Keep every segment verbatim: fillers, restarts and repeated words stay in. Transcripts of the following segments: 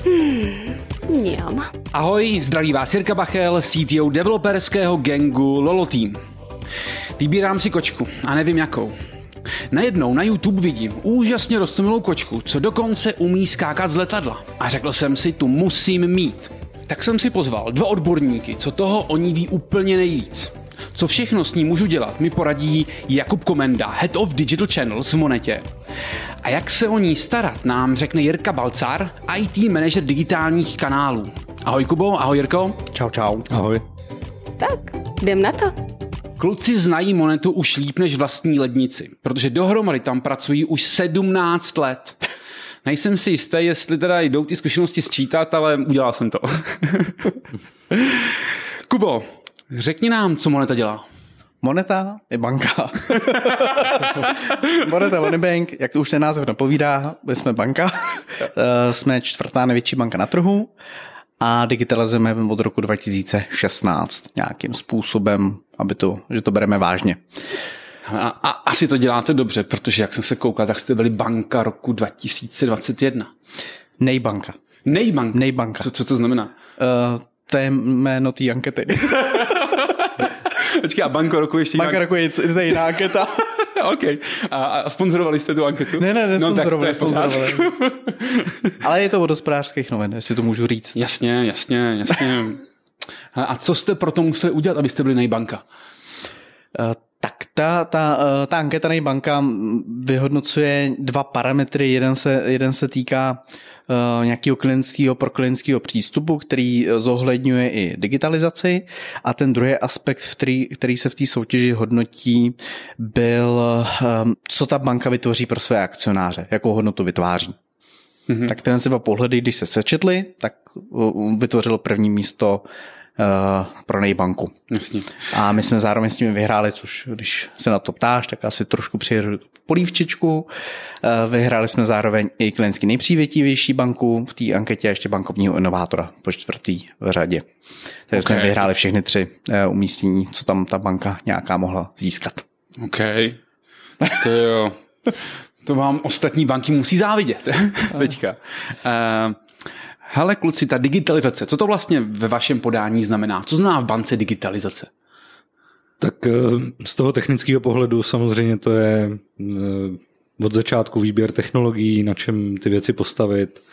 Mňam. Ahoj, zdraví vás Jirka Bachel, C T O developerského gangu Lolo Team. Vybírám si kočku a nevím jakou. Najednou na YouTube vidím úžasně roztomilou kočku, co dokonce umí skákat z letadla. A řekl jsem si, tu musím mít. Tak jsem si pozval dva odborníky, co toho o ní ví úplně nejvíc. Co všechno s ní můžu dělat, mi poradí Jakub Komenda, Head of Digital Channels v Monetě. A jak se o ní starat, nám řekne Jirka Balcar, I T manažer digitálních kanálů. Ahoj Kubo, ahoj Jirko. Čau, čau. Ahoj. Tak, jdem na to. Kluci znají Monetu už líp než vlastní lednici, protože dohromady tam pracují už sedmnáct let. Nejsem si jistý, jestli teda jdou ty zkušenosti sčítat, ale udělal jsem to. Kubo, řekni nám, co Moneta dělá. Moneta je banka. Moneta Money Bank, jak už ten název napovídá, my jsme banka. Jsme čtvrtá největší banka na trhu a digitalizujeme od roku dva tisíce šestnáct nějakým způsobem, aby to, že to bereme vážně. A, a asi to děláte dobře, protože jak jsem se koukal, tak jste byli banka roku dva tisíce dvacet jedna. Nejbanka. Nejbanka? Nejbanka. Co, co to znamená? Uh, to je jméno té ankety. Počkej, a banko roku ještě... Banka roku je, to je jiná anketa. OK. A, a sponzorovali jste tu anketu? Ne, ne, nesponzorovali. No, sponzorovali. Ale je to od hospodářských novin, jestli to můžu říct. Jasně, jasně, jasně. A co jste proto museli udělat, abyste byli nejbanka? Uh, Tak ta, ta, ta anketa Nejbanka vyhodnocuje dva parametry. Jeden se, jeden se týká uh, nějakého klientského pro klientského přístupu, který zohledňuje i digitalizaci, a ten druhý aspekt, který, který se v té soutěži hodnotí, byl, um, co ta banka vytvoří pro své akcionáře, jakou hodnotu vytváří. Mm-hmm. Tak ten se dva pohledy, když se sečetly, tak uh, vytvořilo první místo Uh, pro Nejbanku. Jasně. A my jsme zároveň s nimi vyhráli, což když se na to ptáš, tak asi trošku přijedu polívčičku. Uh, vyhráli jsme zároveň i klientsky nejpřívětivější banku v té anketě a ještě bankovního inovátora po čtvrtý v řadě. Takže okay. jsme vyhráli všechny tři uh, umístění, co tam ta banka nějaká mohla získat. OK. To jo. To vám ostatní banky musí závidět. Teďka. Uh, Hele kluci, ta digitalizace, co to vlastně ve vašem podání znamená? Co znamená v bance digitalizace? Tak z toho technického pohledu samozřejmě to je od začátku výběr technologií, na čem ty věci postavit.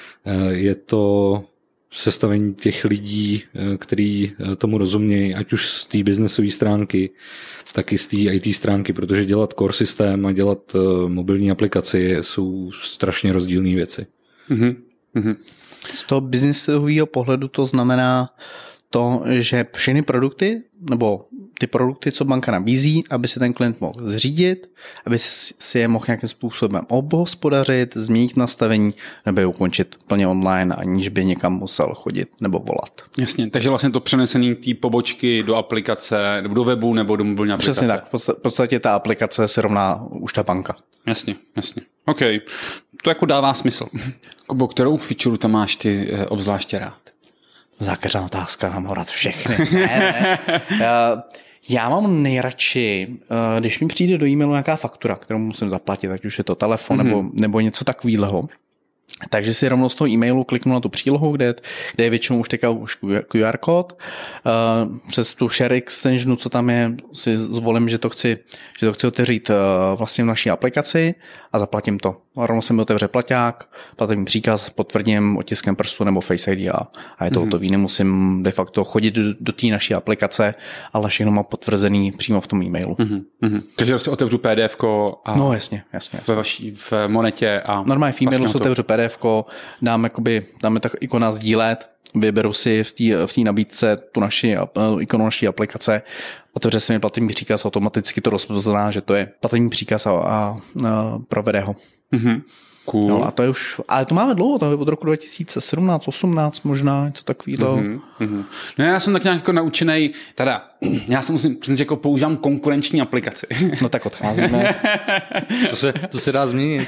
Je to sestavení těch lidí, kteří tomu rozumějí, ať už z té businessové stránky, tak i z té I T stránky, protože dělat core systém a dělat mobilní aplikaci jsou strašně rozdílné věci. Mhm. Mhm. Z toho biznisového pohledu to znamená to, že všechny produkty, nebo ty produkty, co banka nabízí, aby se ten klient mohl zřídit, aby si je mohl nějakým způsobem obhospodařit, změnit nastavení, nebo je ukončit plně online, aniž by někam musel chodit nebo volat. Jasně, takže vlastně to přenesení té pobočky do aplikace, nebo do webu, nebo do mobilní aplikace. Přesně tak, v podstatě ta aplikace se rovná už ta banka. Jasně, jasně. OK, to jako dává smysl. Kubo, kterou feature tam máš ty eh, obzvláště rád? Zákeřná otázka, mám ho rád všechny. ne, ne. Já mám nejradši, když mi přijde do e-mailu nějaká faktura, kterou musím zaplatit, ať už je to telefon mm-hmm. nebo, nebo něco takového. Takže si rovnou z toho e-mailu kliknu na tu přílohu, kde, kde je většinou už teďka už Q R kód. Uh, přes tu share extensionu, co tam je, si zvolím, že to chci, že to chci otevřít uh, vlastně v naší aplikaci a zaplatím to. A rovnou se mi otevře plaťák, platební příkaz, potvrdím otiskem prstu nebo Face I D a, a je to mm-hmm. hotový. Nemusím de facto chodit do, do té naší aplikace, ale všechno má potvrzený přímo v tom e-mailu. Mm-hmm. Takže si otevřu PDFko a no jasně, jasně. jasně. Ve vaší v Monetě a normálně v e-mailu si otevřu PDFko, dám jakoby, dáme tak ikona sdílet, vyberu si v té v té nabídce tu naši ikonu naší aplikace, otevře se mi platební příkaz, automaticky to rozpozná, že to je platební příkaz a, a, a provede ho. Mm-hmm. Cool. No, a to je už, ale to máme dlouho, to je od roku dva tisíce sedmnáct, osmnáct možná, něco takového. Mm-hmm, mm-hmm. No já jsem tak nějak jako naučenej, teda já jsem musím přiznat, že jako používám konkurenční aplikaci. No tak odcházíme. to, se, to se dá změnit.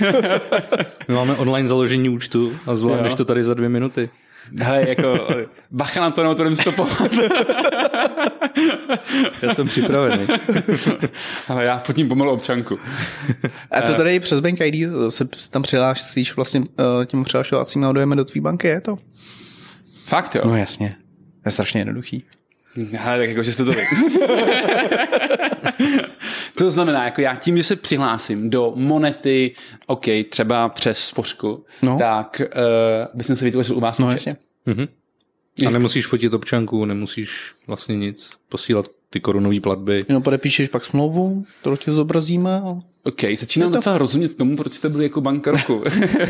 My máme online založení účtu a zvládneš to tady za dvě minuty. Hele, jako bacha na to, nebo to jdem stopovat. Já jsem připravený. Ale já fotím pomalu občanku. A to tady přes Bank I D se tam přihlásíš vlastně těm přihlašovacím údajem do tvý banky, je to? Fakt jo? No jasně. Je strašně jednoduchý. Hele, tak jako, že jste to vy. To znamená, jako já tím, že se přihlásím do monety, OK, třeba přes spořku, no. tak uh, bych se vytvořil u vás no, účet. Jasně. Mhm. A nemusíš fotit občanku, nemusíš vlastně nic, posílat ty korunové platby. Jenom podepíšeš pak smlouvu, to tě zobrazíme. A... OK, začínám to... docela rozumět tomu, proč jste byli jako banka roku.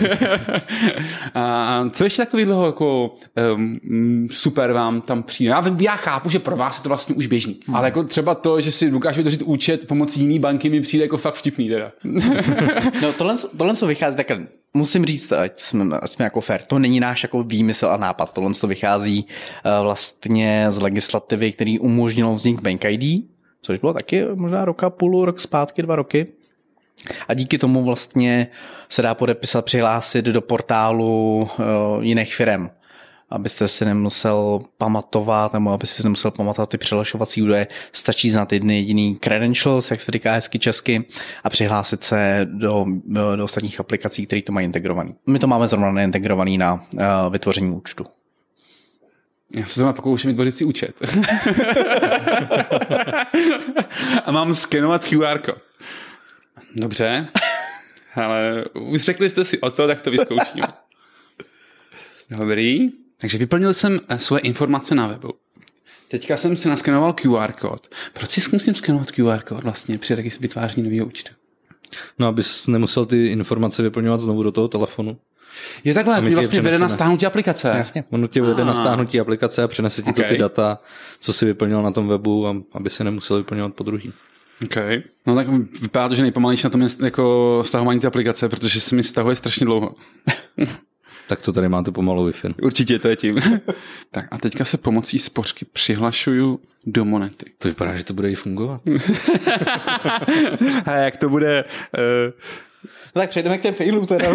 A co ještě takového jako um, super vám tam přijde? Já, já chápu, že pro vás je to vlastně už běžný, hmm. ale jako třeba to, že si dokážu vytvořit účet pomocí jiný banky, mi přijde jako fakt vtipný teda. No tohle, tohle co vychází, tak musím říct, ať jsme, ať jsme jako fair, to není náš jako výmysl a nápad, tohle co vychází uh, vlastně z legislativy, který umožnilo vznik Bank I D, což bylo taky možná roka půl, rok zpátky, dva roky. A díky tomu vlastně se dá podepisat, přihlásit do portálu uh, jiných firem, abyste si nemusel pamatovat, nebo abyste si nemusel pamatovat ty přihlašovací údaje, stačí znát jedny jediný credentials, jak se říká hezky česky, a přihlásit se do, do ostatních aplikací, které to mají integrovaný. My to máme zrovna neintegrovaný na uh, vytvoření účtu. Já se zrovna pokouším vytvořit si účet. A mám skenovat Q R kód. Dobře, ale už řekli jste si o to, tak to vyzkouším. Dobrý, takže vyplnil jsem svoje informace na webu. Teďka jsem si naskenoval Q R kód. Proč si musím skenovat Q R kód vlastně při vytváření nového účtu? No, abys nemusel ty informace vyplňovat znovu do toho telefonu. Je takhle, mě vlastně vede na stáhnutí aplikace. Jasně. On tě vede na stáhnutí aplikace a přenese ti okay. to ty data, co si vyplnil na tom webu, aby se nemusel vyplňovat po druhý. OK. No tak vypadá to, že nejpomalejší na tom je jako stahování té aplikace, protože se mi stahuje strašně dlouho. Tak to tady máte pomalu Wi-Fi. Určitě, to je tím. Tak a teďka se pomocí spořky přihlašuju do monety. To vypadá, že to bude i fungovat. A jak to bude... Uh... No tak přejdeme k těm failům teda.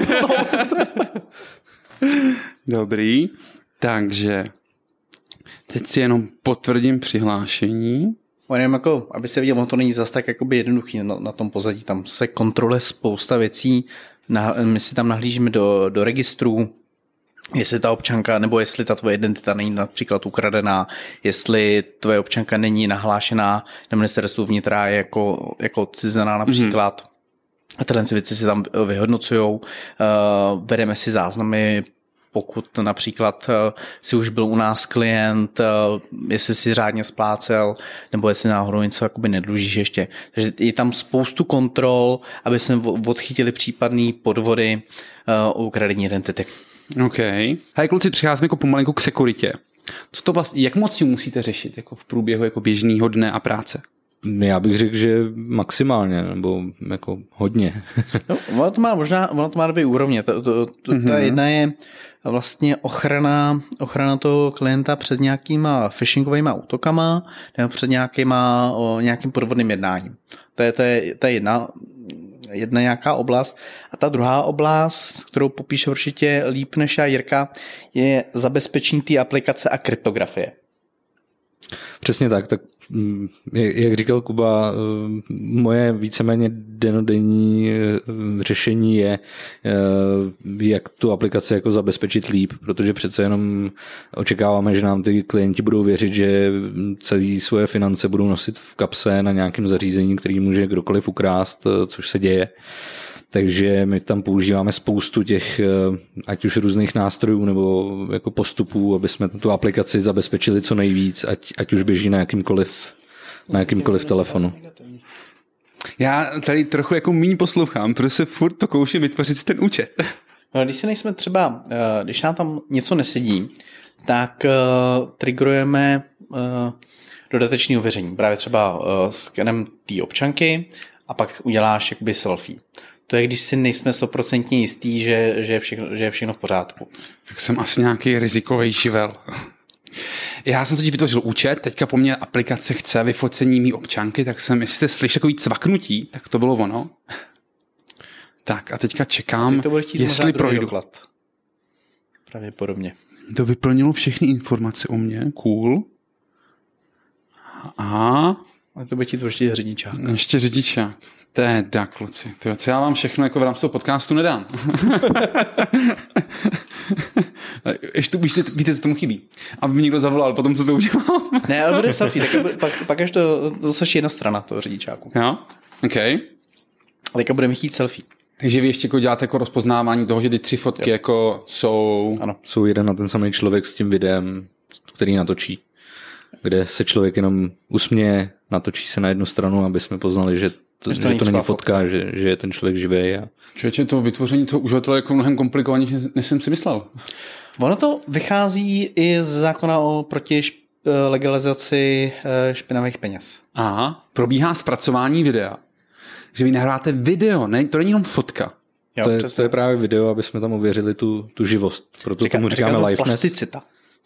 Dobrý. Takže teď si jenom potvrdím přihlášení. Jenom jako, aby se viděl, to není zase tak jakoby jednoduchý na, na tom pozadí. Tam se kontroluje spousta věcí. Na, my si tam nahlížíme do, do registrů, jestli ta občanka, nebo jestli ta tvoje identita není například ukradená, jestli tvoje občanka není nahlášená na ministerstvu vnitra jako, jako cizená například. Mm-hmm. A tyhle věci si tam vyhodnocujou. Uh, vedeme si záznamy, pokud například si už byl u nás klient, jestli si řádně splácel, nebo jestli náhodou něco jakoby nedlužíš ještě. Takže je tam spoustu kontrol, aby jsme odchytili případné podvody u ukradení identity. OK. Hej kluci, přicházíme jako pomalinku k sekuritě. Co to vlastně, jak moc ji musíte řešit jako v průběhu jako běžného dne a práce? Já bych řekl, že maximálně, nebo jako hodně. No, ono to má možná, ono to má dvě úrovně. To, to, to, mm-hmm. Ta jedna je vlastně ochrana, ochrana toho klienta před nějakýma phishingovými útokama nebo před nějakýma, o, nějakým podvodným jednáním. To je, to je, to je jedna, jedna nějaká oblast. A ta druhá oblast, kterou popíše určitě líp než já Jirka, je zabezpečení té aplikace a kryptografie. Přesně tak, tak jak říkal Kuba, moje víceméně denodenní řešení je, jak tu aplikaci jako zabezpečit líp, protože přece jenom očekáváme, že nám ty klienti budou věřit, že celé svoje finance budou nosit v kapse na nějakém zařízení, který může kdokoliv ukrást, což se děje. Takže my tam používáme spoustu těch, ať už různých nástrojů nebo jako postupů, aby jsme tu aplikaci zabezpečili co nejvíc, ať, ať už běží na jakýmkoliv, na jakýmkoliv telefonu. Já tady trochu jako míň poslouchám, protože se furt to kouším vytvořit si ten účet. No, když si nejsme třeba, když nám tam něco nesedí, tak uh, triggerujeme uh, dodatečné ověření. Právě třeba uh, skenem té občanky a pak uděláš jakoby selfie. To je, když si nejsme stoprocentně jistý, že, že, je všechno, že je všechno v pořádku. Tak jsem asi nějaký rizikový živel. Já jsem totiž vytvořil účet, teďka po mně aplikace chce vyfocení mý občanky, tak jsem, jestli jste slyšeli takový cvaknutí, tak to bylo ono. Tak a teďka čekám, to jestli projdu. Doklad. Pravděpodobně. To vyplnilo všechny informace o mě, cool. Aha. A to by ti to ještě řidičák. Ještě řidičák. Teda, kluci. Tyjo, co já vám všechno jako v rámci toho podcastu nedám. Ještě víte, víte, co tomu chybí. Aby mi někdo zavolal potom, co to udělám. Ne, ale bude selfie, tak pak, pak až to, to zase jedna strana toho řidičáku. Jo, OK. A teďka budeme chtít selfie. Takže vy ještě jako děláte jako rozpoznávání toho, že ty tři fotky jo. jako jsou... Ano. Jsou jeden a ten samý člověk s tím videem, který natočí. Kde se člověk jenom usměje, natočí se na jednu stranu, aby jsme poznali, že to, že to, že to není fotka, fotka. Že, že je ten člověk živý. A... Člověče, to vytvoření toho uživatele je jako mnohem komplikovanější, než jsem si myslel. Ono to vychází i z zákona o proti legalizaci špinavých peněz. Aha, probíhá zpracování videa. Že vy nahráte video, ne? To není jenom fotka. Jo, to, je, to je právě video, aby jsme tam ověřili tu, tu živost. Proto Říká, tomu říkáme liveness. Plasticita.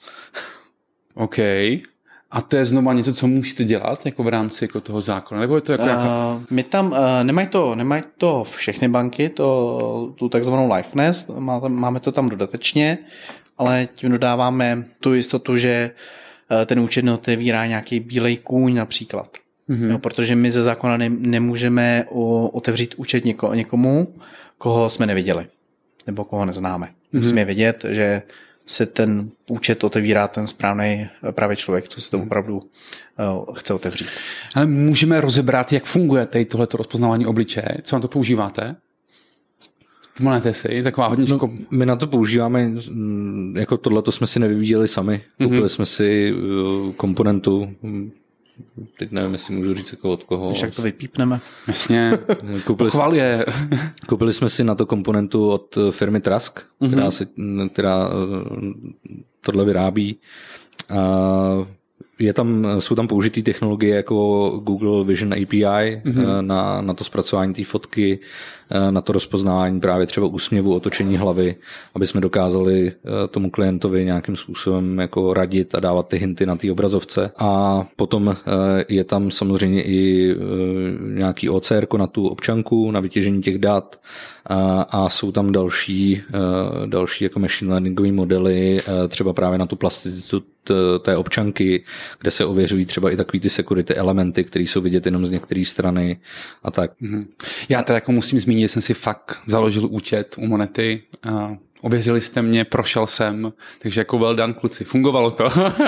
OK. A to je znova něco, co musíte dělat jako v rámci jako toho zákona? Nebo je to jako jaká... uh, my tam, uh, nemají to, nemají to všechny banky, to, tu takzvanou liveness, máme to tam dodatečně, ale tím dodáváme tu jistotu, že uh, ten účet neotevírá nějaký bílej kůň například. Mm-hmm. Jo, protože my ze zákona ne, nemůžeme o, otevřít účet něko, někomu, koho jsme neviděli, nebo koho neznáme. Mm-hmm. Musíme vědět, že se ten účet otevírá ten správný právě člověk, co se to opravdu uh, chce otevřít. Ale můžeme rozebrat, jak funguje tady tohleto rozpoznávání obličeje? Co na to používáte? Vzpomenete si, taková hodně... No, my na to používáme, jako tohleto jsme si nevyvíjeli sami. Koupili mm-hmm. jsme si komponentu, teď nevím, jestli můžu říct jako od koho. Když tak to vypípneme. Jasně, koupili, pochval je. Koupili jsme si na to komponentu od firmy Trask, mm-hmm. která, si, která tohle vyrábí. A je tam, jsou tam použitý technologie jako Google Vision A P I mm-hmm. na, na to zpracování té fotky, na to rozpoznávání právě třeba úsměvu, otočení hlavy, aby jsme dokázali tomu klientovi nějakým způsobem jako radit a dávat ty hinty na té obrazovce. A potom je tam samozřejmě i nějaký O C R na tu občanku, na vytěžení těch dat a, a jsou tam další, další jako machine learningové modely, třeba právě na tu plasticitu té občanky, kde se ověřují třeba i takový ty security elementy, které jsou vidět jenom z některé strany a tak. Mm-hmm. Já teda jako musím zmínit, že jsem si fakt založil účet u Monety. A ověřili jste mě, prošel jsem, takže jako well done, kluci. Fungovalo to.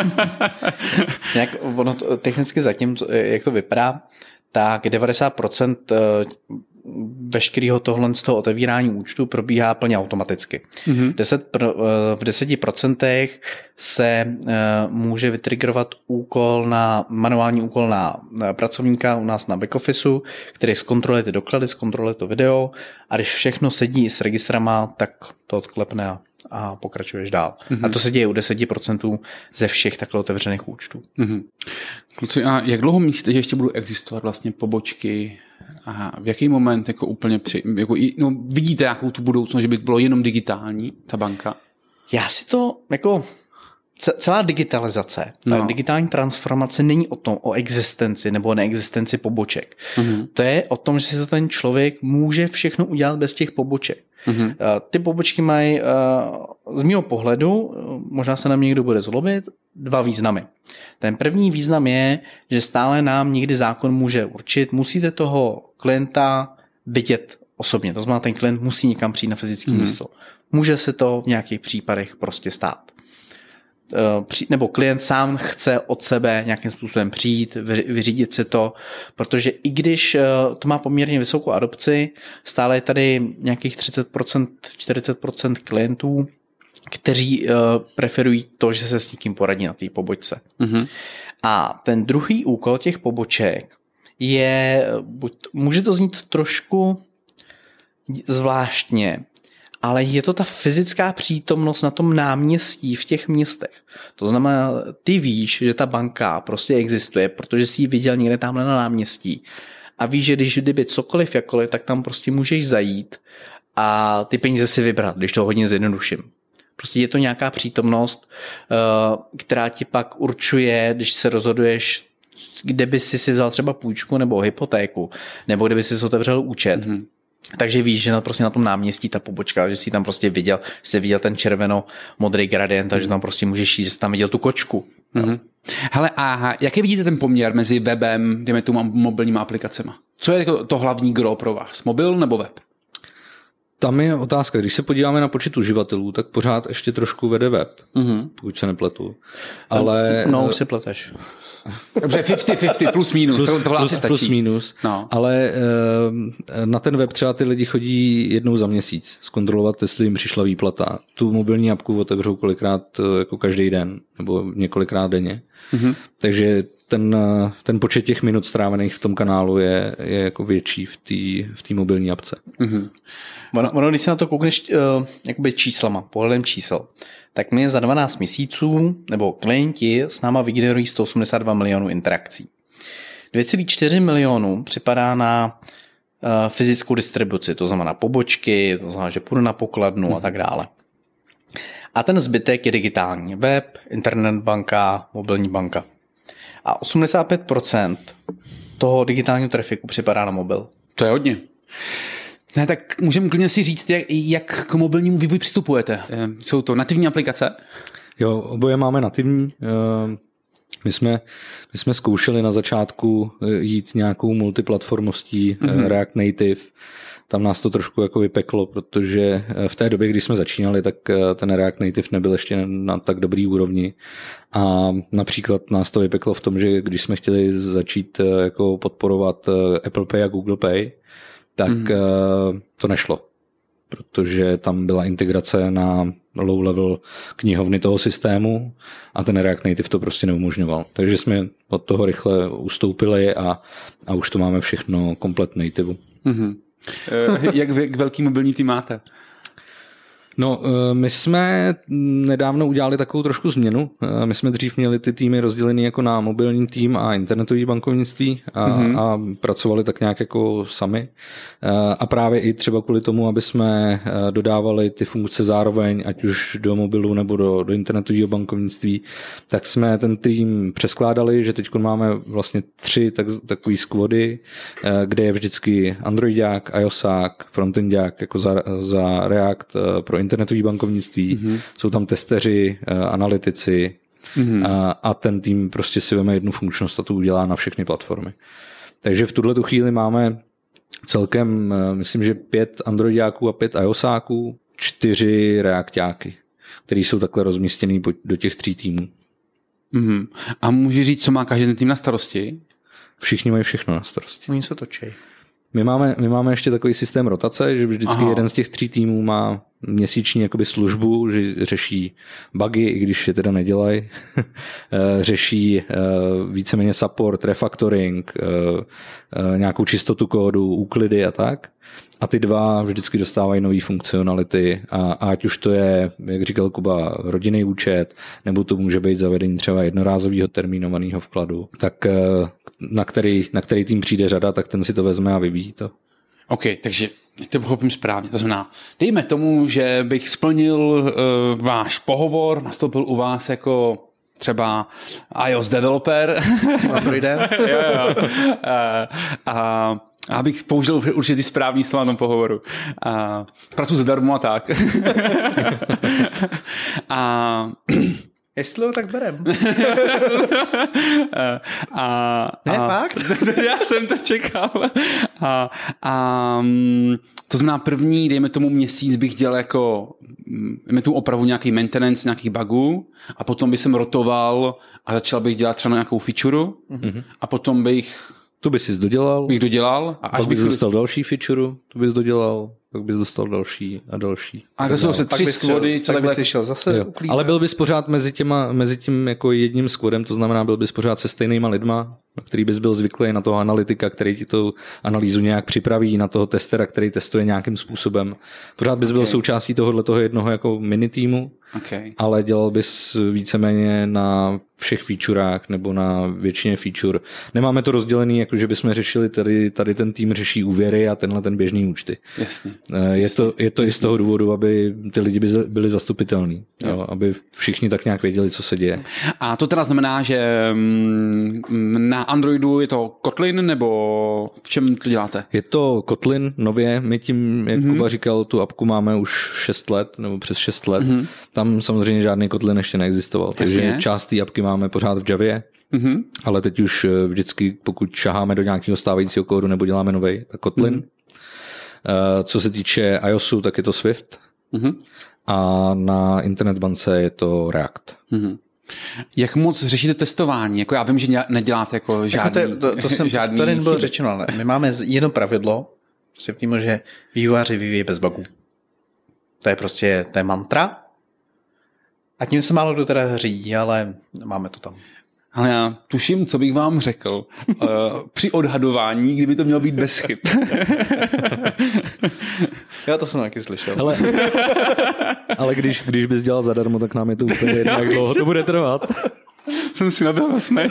Jak ono to, technicky zatím, jak to vypadá, tak devadesát procent veškerého tohle z toho otevírání účtu probíhá plně automaticky. Mm-hmm. deset pro, v deseti procentech se může vytriggerovat úkol na, manuální úkol na pracovníka u nás na backofficeu, který zkontroluje ty doklady, zkontroluje to video a když všechno sedí s registrama, tak to odklepne a, a pokračuješ dál. Mm-hmm. A to se děje u deset procent ze všech takhle otevřených účtů. Mm-hmm. Kluci, a jak dlouho myslíte, že ještě budou existovat vlastně pobočky? A v jaký moment jako úplně při, jako, no, vidíte jakou tu budoucnost, že by bylo jenom digitální ta banka? Já si to jako celá digitalizace, ta no. digitální transformace není o tom, o existenci nebo neexistenci poboček. Mm-hmm. To je o tom, že si to ten člověk může všechno udělat bez těch poboček. Mm-hmm. Ty pobočky mají z mého pohledu, možná se nám někdo bude zlobit, dva významy. Ten první význam je, že stále nám někdy zákon může určit, musíte toho klienta vidět osobně. To znamená, ten klient musí někam přijít na fyzické mm-hmm. místo. Může se to v nějakých případech prostě stát. Nebo klient sám chce od sebe nějakým způsobem přijít, vyřídit si to, protože i když to má poměrně vysokou adopci, stále je tady nějakých třicet procent, čtyřicet procent klientů, kteří preferují to, že se s někým poradí na té pobočce. Mm-hmm. A ten druhý úkol těch poboček je, buď, může to znít trošku zvláštně, ale je to ta fyzická přítomnost na tom náměstí v těch městech. To znamená, ty víš, že ta banka prostě existuje, protože jsi ji viděl někde tamhle na náměstí a víš, že když kdyby cokoliv, jakkoliv, tak tam prostě můžeš zajít a ty peníze si vybrat, když to hodně zjednoduším. Prostě je to nějaká přítomnost, která ti pak určuje, když se rozhoduješ, kde by si si vzal třeba půjčku nebo hypotéku, nebo kde by si si otevřel účet, mm-hmm. Takže víš, že na, prostě na tom náměstí ta pobočka, že jsi tam prostě viděl, že jsi viděl ten červeno-modrý gradient, takže tam prostě můžeš jít, že jsi tam viděl tu kočku. Mm-hmm. Hele, a jaký vidíte ten poměr mezi webem, dejme tomu, mobilníma aplikacemi? Co je jako to hlavní gro pro vás? Mobil nebo web? Tam je otázka, když se podíváme na počet uživatelů, tak pořád ještě trošku vede web, mm-hmm. pokud se nepletu. Ale... No, už se pleteš. Dobře, padesát padesát, plus minus, plus, tohle plus, asi stačí. Plus minus, no. Ale e, na ten web třeba ty lidi chodí jednou za měsíc zkontrolovat, jestli jim přišla výplata. Tu mobilní apku otevřou kolikrát jako každý den, nebo několikrát denně. Mm-hmm. Takže ten, ten počet těch minut strávených v tom kanálu je, je jako větší v té v té mobilní apce. Mm-hmm. Ono, ono, když se na to koukneš uh, jakoby číslama, pohledem čísel, tak my za dvanáct měsíců, nebo klienti s náma vygenerují sto osmdesát dva milionů interakcí. dvě celé čtyři milionu připadá na uh, fyzickou distribuci, to znamená pobočky, to znamená, že půjdu na pokladnu hmm. a tak dále. A ten zbytek je digitální. Web, internet banka, mobilní banka. A osmdesát pět procent toho digitálního trafiku připadá na mobil. To je hodně. Ne, tak můžeme klidně si říct, jak, jak k mobilnímu vývoji přistupujete. Jsou to nativní aplikace? Jo, oboje máme nativní. My jsme, my jsme zkoušeli na začátku jít nějakou multiplatformostí mm-hmm. React Native. Tam nás to trošku jako vypeklo, protože v té době, kdy jsme začínali, tak ten React Native nebyl ještě na tak dobrý úrovni. A například nás to vypeklo v tom, že když jsme chtěli začít jako podporovat Apple Pay a Google Pay, tak mm-hmm. to nešlo, protože tam byla integrace na low level knihovny toho systému a ten React Native to prostě neumožňoval. Takže jsme od toho rychle ustoupili a, a už to máme všechno komplet native. Mm-hmm. Jak, jak velký mobilní tým máte? No, my jsme nedávno udělali takovou trošku změnu. My jsme dřív měli ty týmy rozdělený jako na mobilní tým a internetový bankovnictví a, mm-hmm. a pracovali tak nějak jako sami. A právě i třeba kvůli tomu, aby jsme dodávali ty funkce zároveň, ať už do mobilu nebo do, do internetového bankovnictví, tak jsme ten tým přeskládali, že teď máme vlastně tři tak, takový squady, kde je vždycky Androidák, iOSák, frontendák jako za, za React pro internetový bankovnictví, mm-hmm. jsou tam testeři, analytici mm-hmm. a, a ten tým prostě si veme jednu funkčnost a to udělá na všechny platformy. Takže v tuhle tu chvíli máme celkem, myslím, že pět Androidáků a pět iOSáků, čtyři Reactáky, který jsou takhle rozmístěný do těch tří týmů. Mm-hmm. A můžu říct, co má každý ten tým na starosti? Všichni mají všechno na starosti. Oni se točí. My máme, my máme ještě takový systém rotace, že vždycky Aha. jeden z těch tří týmů má měsíční jakoby službu, že řeší bugy, i když je teda nedělají. Řeší víceméně support, refactoring, nějakou čistotu kódu, úklidy a tak. A ty dva vždycky dostávají nové funkcionality a, a ať už to je, jak říkal Kuba, rodinný účet, nebo to může být zavedení třeba jednorázového termínovaného vkladu, tak na který, na který tým přijde řada, tak ten si to vezme a vyvíjí to. OK, takže to pochopím správně. To znamená, dejme tomu, že bych splnil uh, váš pohovor, nastoupil u vás jako třeba iOS developer. S Androidem. jo, jo. A, a, a abych použil určitě správný slova na tom pohovoru. A pracuji zadarmo a tak. a... Jestli tak berem. a, a, ne, a, fakt? Já jsem to čekal. A, a to znamená první, dejme tomu měsíc, bych dělal jako dejme tomu opravu nějaký maintenance, nějakých bugů a potom bych jsem rotoval a začal bych dělat třeba nějakou feature mm-hmm. a potom bych tu bys si dodělal. Bych dodělal. A až pak bych bys dostal další feature, tu bys dodělal, pak bys dostal další a další. A to jsou se tři squady, co takhle bys šel zase uklízet. Ale byl bys pořád mezi, těma, mezi tím jako jedním squadem, to znamená, byl bys pořád se stejnýma lidma, na který bys byl zvyklý, na toho analytika, který ti tu analýzu nějak připraví, na toho testera, který testuje nějakým způsobem. Pořád bys okay. byl součástí tohohle toho jednoho jako mini týmu, okay. ale dělal bys víceméně na všech featurách nebo na většině feature. Nemáme to rozdělený, jako že bychom řešili tady, tady ten tým řeší úvěry a tenhle ten běžný účty. Jasně. Je to, je to i z toho důvodu, aby ty lidi byli zastupitelní, jo, aby všichni tak nějak věděli, co se děje. A to teda znamená, že na Androidu je to Kotlin, nebo v čem to děláte? Je to Kotlin nově, my tím, jak mm-hmm. Kuba říkal, tu apku máme už šest let, nebo přes šest let. Mm-hmm. Tam samozřejmě žádný Kotlin ještě neexistoval, takže Jasně. část té apky máme pořád v Javě, mm-hmm. ale teď už vždycky, pokud šaháme do nějakého stávajícího kódu nebo děláme novej, tak Kotlin. Mm-hmm. Co se týče iOSu, tak je to Swift mm-hmm. a na internetbance je to React. Mm-hmm. Jak moc řešíte testování? Jako já vím, že neděláte jako žádný... Jako to, to, to, jsem, žádný to nebylo řečeno, ale my máme jedno pravidlo, prostě v týmu, že vývojáři vyvíjí bez bugů. To je prostě to je mantra a tím se málo kdo teda řídí, ale máme to tam. Ale já tuším, co bych vám řekl uh, při odhadování, kdyby to mělo být bez chyb. Já to jsem taky slyšel. Ale, ale když, když bys dělal zadarmo, tak nám je to úplně jedno, jak dlouho to bude trvat. Jsem si nabil na směch.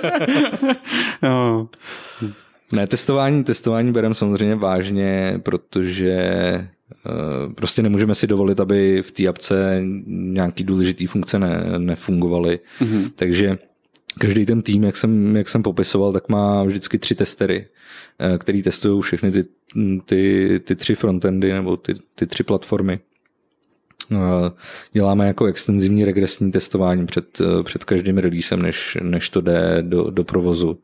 No. Ne, testování, testování bereme samozřejmě vážně, protože uh, prostě nemůžeme si dovolit, aby v té apce nějaký důležitý funkce ne, nefungovaly. Mm-hmm. Takže každý ten tým, jak jsem, jak jsem popisoval, tak má vždycky tři testery, který testují všechny ty, ty, ty tři frontendy nebo ty, ty tři platformy. Děláme jako extenzivní regresní testování před, před každým releasem, než, než to jde do, do provozu.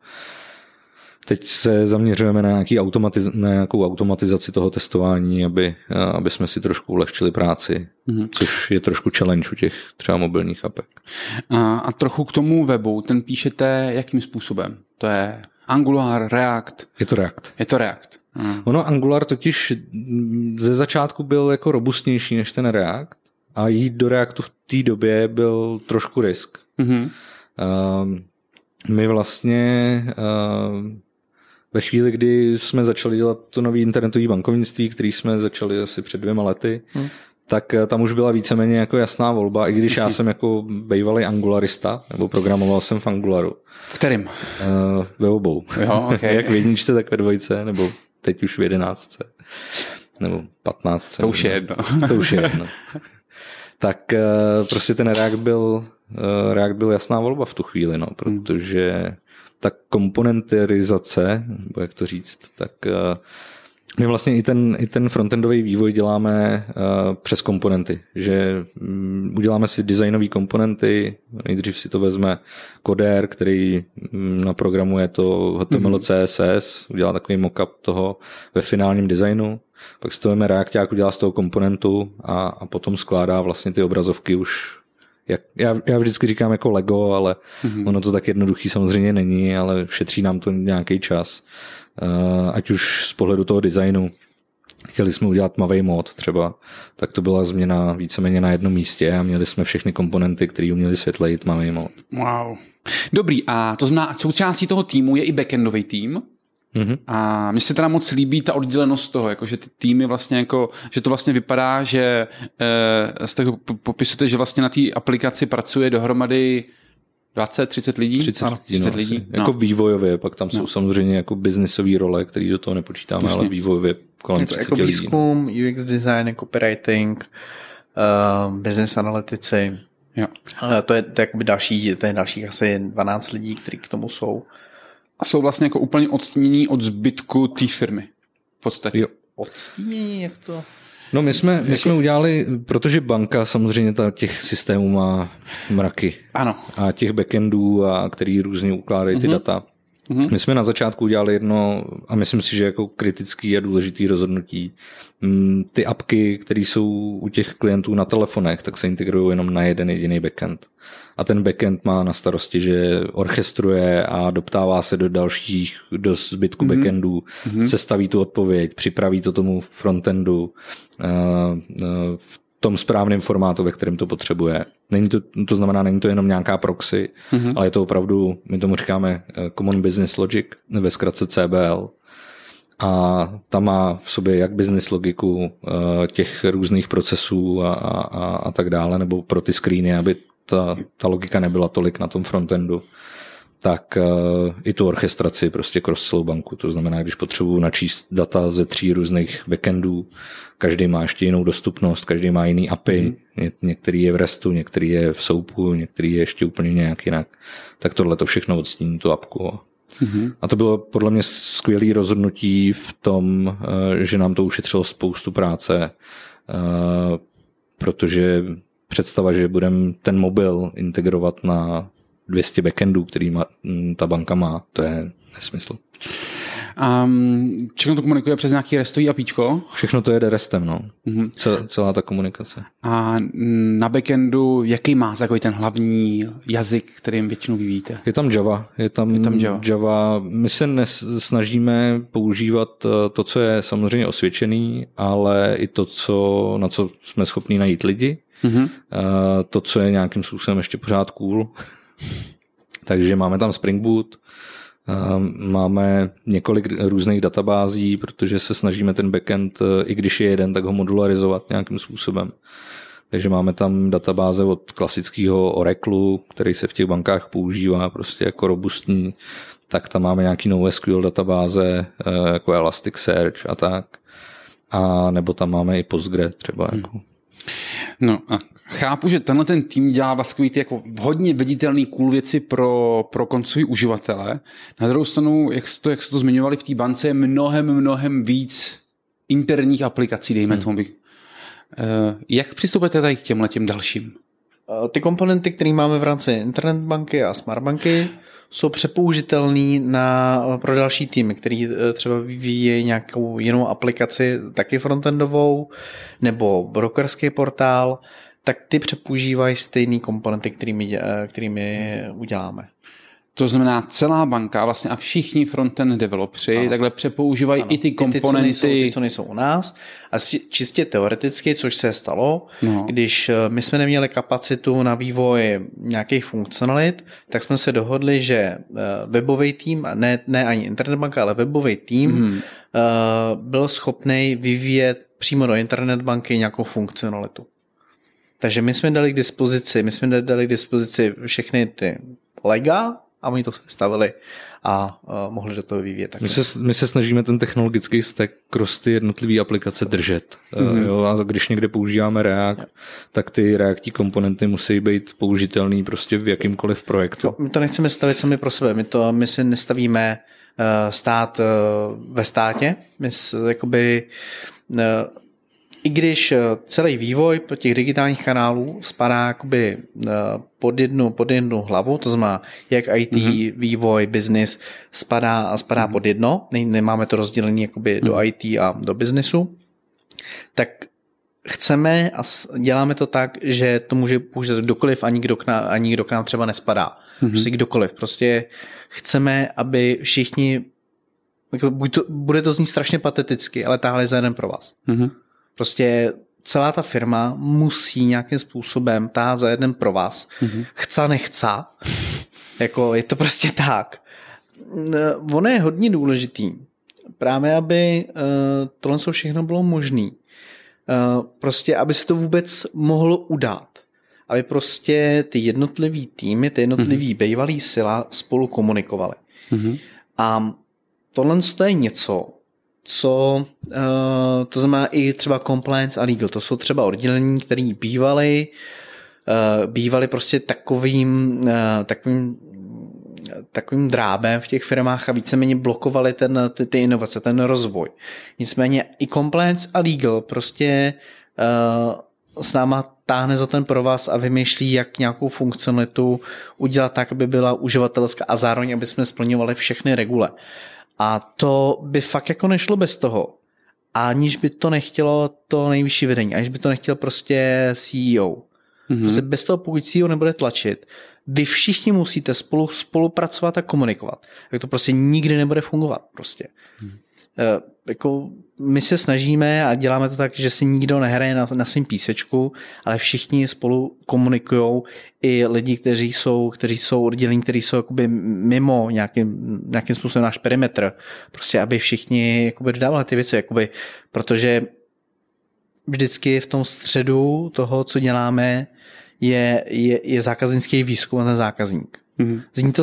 Teď se zaměřujeme na, nějaký automatiz- na nějakou automatizaci toho testování, aby, aby jsme si trošku ulehčili práci, mm-hmm. což je trošku challenge u těch třeba mobilních apek. A, a trochu k tomu webu, ten píšete jakým způsobem? To je Angular, React? Je to React. Je to React. Mm. Ono Angular totiž ze začátku byl jako robustnější než ten React a jít do Reactu v té době byl trošku risk. Mm-hmm. Uh, my vlastně... Uh, Ve chvíli, kdy jsme začali dělat to nový internetové bankovnictví, který jsme začali asi před dvěma lety, hmm. tak tam už byla víceméně jako jasná volba, i když Myslím. já jsem jako bývalý angularista, nebo programoval jsem v Angularu. V kterým? Uh, ve obou. Jo, okay. Jak v jedničce, tak ve dvojce, nebo teď už v jedenáctce. Nebo patnáctce. To už je jedno. To už je jedno. Tak uh, prostě ten React byl, uh, React byl jasná volba v tu chvíli, no, protože ta komponenterizace, nebo jak to říct, tak uh, my vlastně i ten, i ten frontendový vývoj děláme uh, přes komponenty, že um, uděláme si designové komponenty, nejdřív si to vezme kodér, který um, naprogramuje to H T M L, C S S, udělá takový mockup toho ve finálním designu, pak si to vezme Reacták, udělá z toho komponentu a, a potom skládá vlastně ty obrazovky už. Jak, já, já vždycky říkám jako Lego, ale mm-hmm. ono to tak jednoduchý samozřejmě není, ale šetří nám to nějaký čas. Uh, ať už z pohledu toho designu. Chtěli jsme udělat tmavý mód třeba, tak to byla změna víceméně na jednom místě a měli jsme všechny komponenty, které uměli světlej tmavý mód. Wow. Dobrý, a to znamená, součástí toho týmu je i backendový tým. Mm-hmm. A mně se teda moc líbí ta oddělenost toho, jako, že ty týmy vlastně jako, že to vlastně vypadá, že eh, z toho popisujete, že vlastně na té aplikaci pracuje dohromady dvacet třicet lidí? třicet, ano, třicet lidí. No. Jako vývojově, pak tam no. jsou samozřejmě jako biznisové role, které do toho nepočítáme, Jasně. ale vývojově kolem třicet jako lidí. Výzkum, U X design, copywriting, uh, business analytici. Jo. Uh, to je, to je jakoby další, to je dalších asi dvanáct lidí, kteří k tomu jsou. A jsou vlastně jako úplně odstínění od zbytku té firmy. V podstatě. Jo. Odstínění, jak to... No my jsme, my jsme udělali, protože banka samozřejmě ta, těch systémů má mraky. Ano. A těch backendů, a který různě ukládají ty uh-huh. data. Uh-huh. My jsme na začátku udělali jedno, a myslím si, že jako kritický a důležitý rozhodnutí. Ty apky, které jsou u těch klientů na telefonech, tak se integrují jenom na jeden jediný backend. A ten backend má na starosti, že orchestruje a doptává se do dalších, do zbytku mm-hmm. backendů, mm-hmm. sestaví tu odpověď, připraví to tomu frontendu uh, uh, v tom správném formátu, ve kterém to potřebuje. Není to, to znamená, není to jenom nějaká proxy, mm-hmm. ale je to opravdu, my tomu říkáme Common Business Logic, ve zkratce C B L. A ta má v sobě jak business logiku uh, těch různých procesů a, a, a tak dále, nebo pro ty screeny, aby ta, ta logika nebyla tolik na tom frontendu, tak i tu orchestraci prostě cross celou banku. To znamená, když potřebuji načíst data ze tří různých backendů, každý má ještě jinou dostupnost, každý má jiný A P I, mm. některý je v RESTu, některý je v SOAPu, některý je ještě úplně nějak jinak. Tak tohle to všechno odstíní tu apku. Mm-hmm. A to bylo podle mě skvělé rozhodnutí v tom, že nám to ušetřilo spoustu práce, protože představa, že budeme ten mobil integrovat na dvě stě backendů, který má, ta banka má, to je nesmysl. Um, všechno to komunikuje přes nějaký restový apíčko? Všechno to jede restem, no. Mm-hmm. Cel, celá ta komunikace. A na backendu, jaký má takový ten hlavní jazyk, kterým většinou vyvíjíte? Je tam Java. Je tam, je tam Java. Java. My se nes, snažíme používat to, co je samozřejmě osvědčený, ale i to, co, na co jsme schopni najít lidi. Mm-hmm. To, co je nějakým způsobem ještě pořád cool. Takže máme tam Spring Boot, máme několik různých databází, protože se snažíme ten backend, i když je jeden, tak ho modularizovat nějakým způsobem. Takže máme tam databáze od klasického Oraclu, který se v těch bankách používá prostě jako robustní, tak tam máme nějaký NoSQL databáze jako Elasticsearch a tak. A nebo tam máme i Postgre třeba. Hmm. Jako. No a chápu, že tenhle ten tým dělá vlastně ty jako hodně viditelný cool věci pro, pro koncový uživatele. Na druhou stranu, jak jste to, jak jste to zmiňovali v té bance, je mnohem, mnohem víc interních aplikací, dejme hmm. tomu. Jak přistupujete tady k těmhletěm dalším? Ty komponenty, které máme v rámci internet banky a smart banky, jsou přepoužitelný na, pro další týmy, který třeba vyvíjí nějakou jinou aplikaci, taky frontendovou, nebo brokerský portál, tak ty přepoužívají stejný komponenty, kterými, kterými uděláme. To znamená celá banka vlastně a všichni frontend developři ano. takhle přepoužívají ano. i ty komponenty. I ty, co nejsou, ty, co nejsou u nás. A čistě teoreticky, což se stalo, no. když my jsme neměli kapacitu na vývoj nějakých funkcionalit, tak jsme se dohodli, že webový tým, ne, ne ani internet banka, ale webový tým hmm. byl schopný vyvíjet přímo do internet banky nějakou funkcionalitu. Takže my jsme dali k dispozici, my jsme dali k dispozici všechny ty lega, a oni to stavili a uh, mohli do toho vyvíjet. My se, my se snažíme ten technologický stack cross ty jednotlivé aplikace držet. Mm-hmm. Uh, jo, a když někde používáme React, jo. tak ty Reactí komponenty musí být použitelný prostě v jakýmkoliv projektu. Jo, my to nechceme stavit sami pro sebe. My, to, my si nestavíme uh, stát uh, ve státě. My s, jakoby... Uh, I když celý vývoj těch digitálních kanálů spadá jakoby pod jednu, pod jednu hlavu, to znamená, jak í té, mm-hmm. vývoj, business spadá, spadá mm-hmm. pod jedno, nemáme to rozdělené jakoby mm-hmm. do í té a do businessu, tak chceme a děláme to tak, že to může použít kdokoliv a nikdo k nám, a nikdo k nám třeba nespadá. Mm-hmm. Prostě kdokoliv. Prostě chceme, aby všichni, jako, to, bude to znít strašně pateticky, ale táhli za jeden pro vás. Mm-hmm. Prostě celá ta firma musí nějakým způsobem táhat za jeden pro vás. Mm-hmm. Chca, nechca. Jako je to prostě tak. Ono je hodně důležitý. Právě, aby uh, tohle všechno bylo možné. Uh, prostě, aby se to vůbec mohlo udát. Aby prostě ty jednotlivý týmy, ty jednotlivý mm-hmm. bývalý sila spolu komunikovaly. Mm-hmm. A tohle je něco, co uh, to znamená i třeba compliance a legal. To jsou třeba oddělení, které bývaly uh, bývaly prostě takovým uh, takovým takovým drábem v těch firmách a víceméně blokovali ten, ty, ty inovace, ten rozvoj. Nicméně i compliance a legal prostě uh, s náma táhne za ten provaz a vymýšlí, jak nějakou funkcionalitu udělat tak, aby byla uživatelská a zároveň, aby jsme splňovali všechny regule. A to by fakt jako nešlo bez toho. Aniž by to nechtělo to nejvyšší vedení, aniž by to nechtěl prostě C E O. Mm-hmm. Prostě bez toho, pokud C E O nebude tlačit, vy všichni musíte spolu spolupracovat a komunikovat. Tak to prostě nikdy nebude fungovat. Prostě. Mm. E, jako my se snažíme a děláme to tak, že si nikdo nehraje na, na svým písečku, ale všichni spolu komunikujou, i lidi, kteří jsou, kteří jsou oddělení, kteří jsou jakoby mimo nějakým, nějakým způsobem náš perimetr. Prostě, aby všichni jakoby dodávali ty věci, jakoby, protože vždycky v tom středu toho, co děláme, je, je, je zákaznický výzkum a ten zákazník. Mm-hmm. Zní to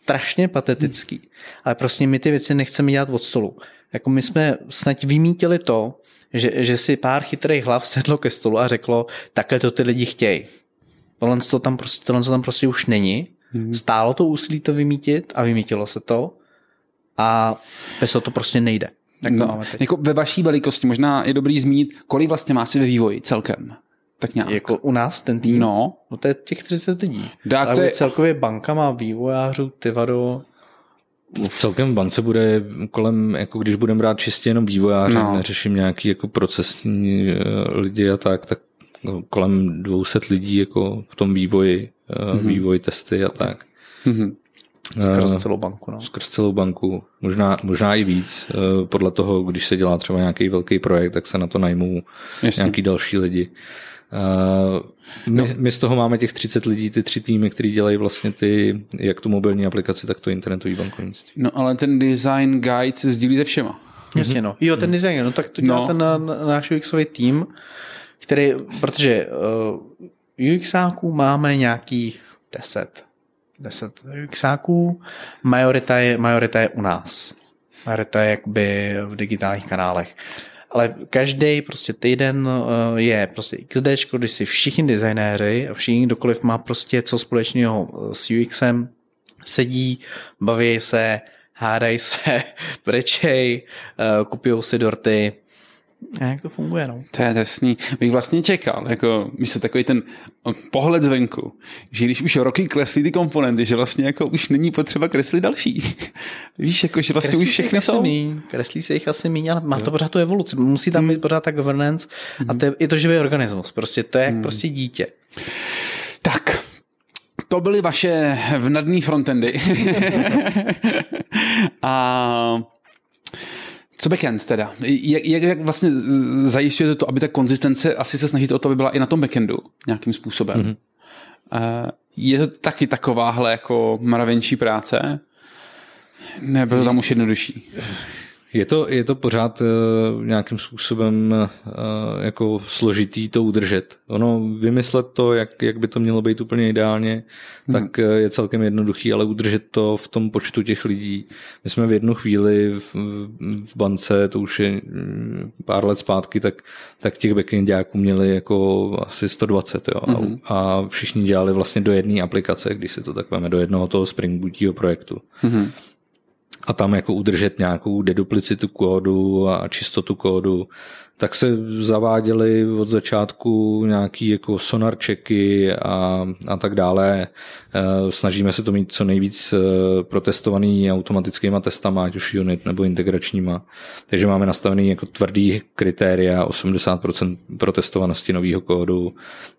strašně patetický, ale prostě my ty věci nechceme dělat od stolu. Jako my jsme snad vymítili to, že, že si pár chytrých hlav sedlo ke stolu a řeklo, takhle to ty lidi chtějí. Tohle to tam prostě, tohle to tam prostě už není. Hmm. Stálo to úsilí to vymítit a vymítilo se to a bez toho to prostě nejde. Tak to no, jako ve vaší velikosti možná je dobrý zmínit, kolik vlastně má si ve vývoji celkem. Tak nějak. Jako u nás ten tým? No. No to je těch třicet lidí. Dá, ale to je... celkově banka má vývojářů, tyvado. Celkem v bance bude kolem, jako když budeme brát čistě jenom vývojáře, no. neřeším nějaký jako procesní lidi a tak, tak kolem dvě stě lidí jako v tom vývoji, mm-hmm. vývoj testy a tak. Mm-hmm. Skrz celou banku. No. Skrz celou banku, možná, možná i víc. Podle toho, když se dělá třeba nějaký velký projekt, tak se na to najmou Jasně. nějaký další lidi. My, no. my z toho máme těch třicet lidí, ty tři týmy, který dělají vlastně ty, jak tu mobilní aplikaci, tak to internetový bankovnictví. No ale ten design guide se sdílí se všema. Jasně no. Jo, ten design, no tak to dělá no. ten náš U Xový tým, který, protože uh, UXáků máme nějakých deset. deset UXáků, majorita je, majorita je u nás. Majorita je jakoby v digitálních kanálech. Ale každý prostě týden je prostě X D, když si všichni designéři a všichni kdokoliv má prostě co společného s U X em, sedí, baví se, hádají se, brečej, kupujou si dorty. A jak to funguje, no? To je drsný. Bych vlastně čekal, jako, myslím, takový ten pohled zvenku, že když už roky kreslí ty komponenty, že vlastně jako už není potřeba kreslit další. Víš, jako, že vlastně kreslí už všechny jsou. Míň, kreslí se jich asi míň, ale má to pořád tu evoluci. Musí tam být pořád ta governance a to je, je to živý organismus. Prostě to je jak hmm. prostě dítě. Tak, to byly vaše vnadný frontendy. A co backend teda? Jak, jak, jak vlastně zajišťujete to, aby ta konzistence, asi se snažíte o to, aby byla i na tom backendu nějakým způsobem. Mm-hmm. Je to taky takováhle jako mravenčí práce? Nebo to tam už jednodušší? Je to, je to pořád uh, nějakým způsobem uh, jako složitý to udržet. Ono vymyslet to, jak, jak by to mělo být úplně ideálně, hmm. tak uh, je celkem jednoduchý, ale udržet to v tom počtu těch lidí. My jsme v jednu chvíli v, v bance, to už je pár let zpátky, tak, tak těch backendáků měli jako asi sto dvacet. Jo? Hmm. A, a všichni dělali vlastně do jedné aplikace, když si to tak veme, do jednoho toho Spring Bootího projektu. Hmm. A tam jako udržet nějakou deduplicitu kódu a čistotu kódu, tak se zaváděly od začátku nějaký jako sonar checky a, a tak dále. Snažíme se to mít co nejvíc protestovaný automatickými testama, ať už unit nebo integračníma. Takže máme nastavený jako tvrdý kritéria, osmdesát procent protestovanosti nového kódu.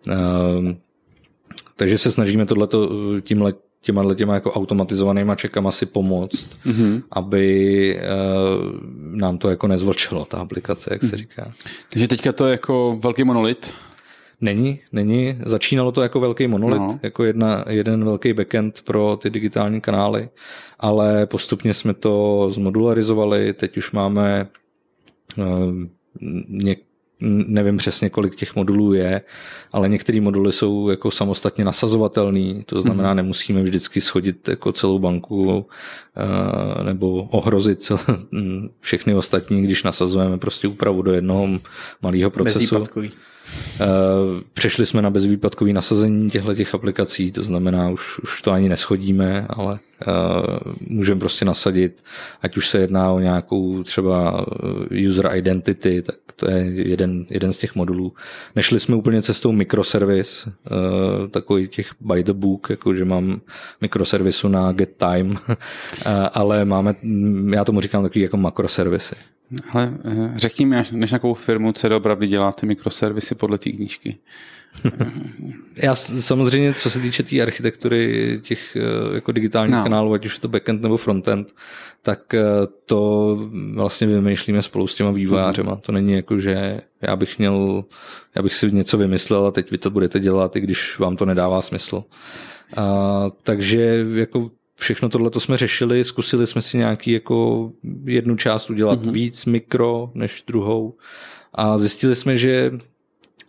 Takže se snažíme tohleto tímhle těma těma jako automatizovanýma čekama si pomoct, mm-hmm. aby uh, nám to jako nezvlčelo, ta aplikace, jak se říká. Takže teďka to je jako velký monolit? Není, není. Začínalo to jako velký monolit, no. jako jedna, jeden velký backend pro ty digitální kanály, ale postupně jsme to zmodularizovali, teď už máme uh, něk nevím přesně, kolik těch modulů je, ale některé moduly jsou jako samostatně nasazovatelný, to znamená, nemusíme vždycky shodit jako celou banku nebo ohrozit cel, všechny ostatní, když nasazujeme prostě úpravu do jednoho malého procesu. Bezvýpadkový. Přešli jsme na bezvýpadkový nasazení těchto aplikací, to znamená, už, už to ani neschodíme, ale uh, můžeme prostě nasadit, ať už se jedná o nějakou třeba user identity, tak to je jeden, jeden z těch modulů. Nešli jsme úplně cestou microservice, uh, takový těch by the book, jako že mám mikroservisu na get time, uh, ale máme, já tomu říkám takový jako makroservisy. Ale řekni mi, než nějakou firmu, co doopravdy dělá ty mikroservisy podle té knížky. Já samozřejmě, co se týče té tý architektury těch jako digitálních no. kanálů, ať už je to backend nebo frontend, tak to vlastně vymýšlíme spolu s těma vývojářema. To není jako, že já bych měl, já bych si něco vymyslel a teď vy to budete dělat, i když vám to nedává smysl. A, takže jako všechno tohle jsme řešili, zkusili jsme si nějaký jako jednu část udělat mm-hmm. víc mikro než druhou a zjistili jsme, že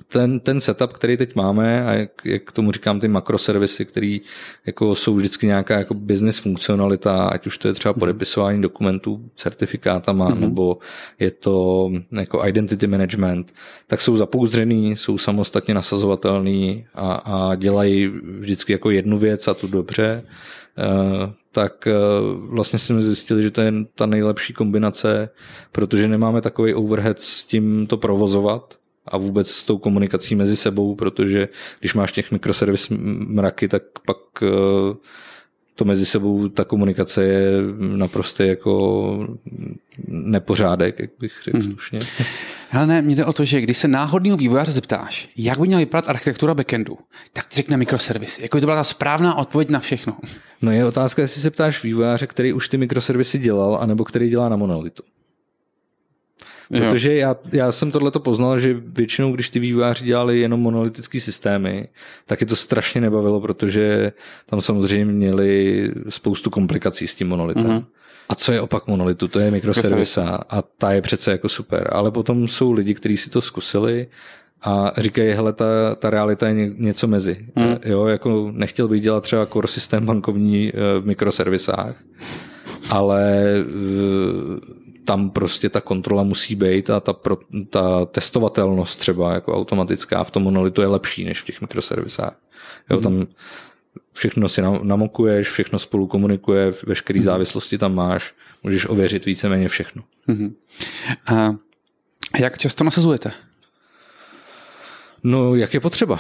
ten, ten setup, který teď máme a jak, jak tomu říkám, ty makroservisy, které jako jsou vždycky nějaká jako business funkcionalita, ať už to je třeba podepisování dokumentů certifikátama, mm-hmm. nebo je to jako identity management, tak jsou zapouzdřený, jsou samostatně nasazovatelný a, a dělají vždycky jako jednu věc a tu dobře. Uh, tak uh, vlastně jsme zjistili, že to je ta nejlepší kombinace, protože nemáme takový overhead s tím to provozovat a vůbec s tou komunikací mezi sebou, protože když máš těch mikroservis mraky, tak pak uh, to mezi sebou, ta komunikace je naprosto jako nepořádek, jak bych řekl mm. slušně. Hele ne, mně jde o to, že když se náhodného vývojáře zeptáš, jak by měla vypadat architektura backendu, tak ti řekne mikroservisy. Jako by to byla ta správná odpověď na všechno. No je otázka, jestli se ptáš vývojáře, který už ty mikroservisy dělal, anebo který dělá na monolitu. Protože já, já jsem tohleto poznal, že většinou, když ty vývojáři dělali jenom monolitické systémy, tak je to strašně nebavilo, protože tam samozřejmě měli spoustu komplikací s tím monolitem. Mm-hmm. A co je opak monolitu? To je mikroservisa a ta je přece jako super. Ale potom jsou lidi, kteří si to zkusili a říkají, hele, ta, ta realita je ně, něco mezi. Mm. Jo, jako nechtěl bych dělat třeba core systém bankovní v mikroservisách, ale tam prostě ta kontrola musí být a ta, pro, ta testovatelnost třeba jako automatická v tom monolitu je lepší než v těch mikroservisách. Jo, mm. tam všechno si namokuješ, všechno spolu komunikuje, veškerý mm. závislosti tam máš, můžeš ověřit víceméně všechno. Mm. A jak často nasazujete? No, jak je potřeba.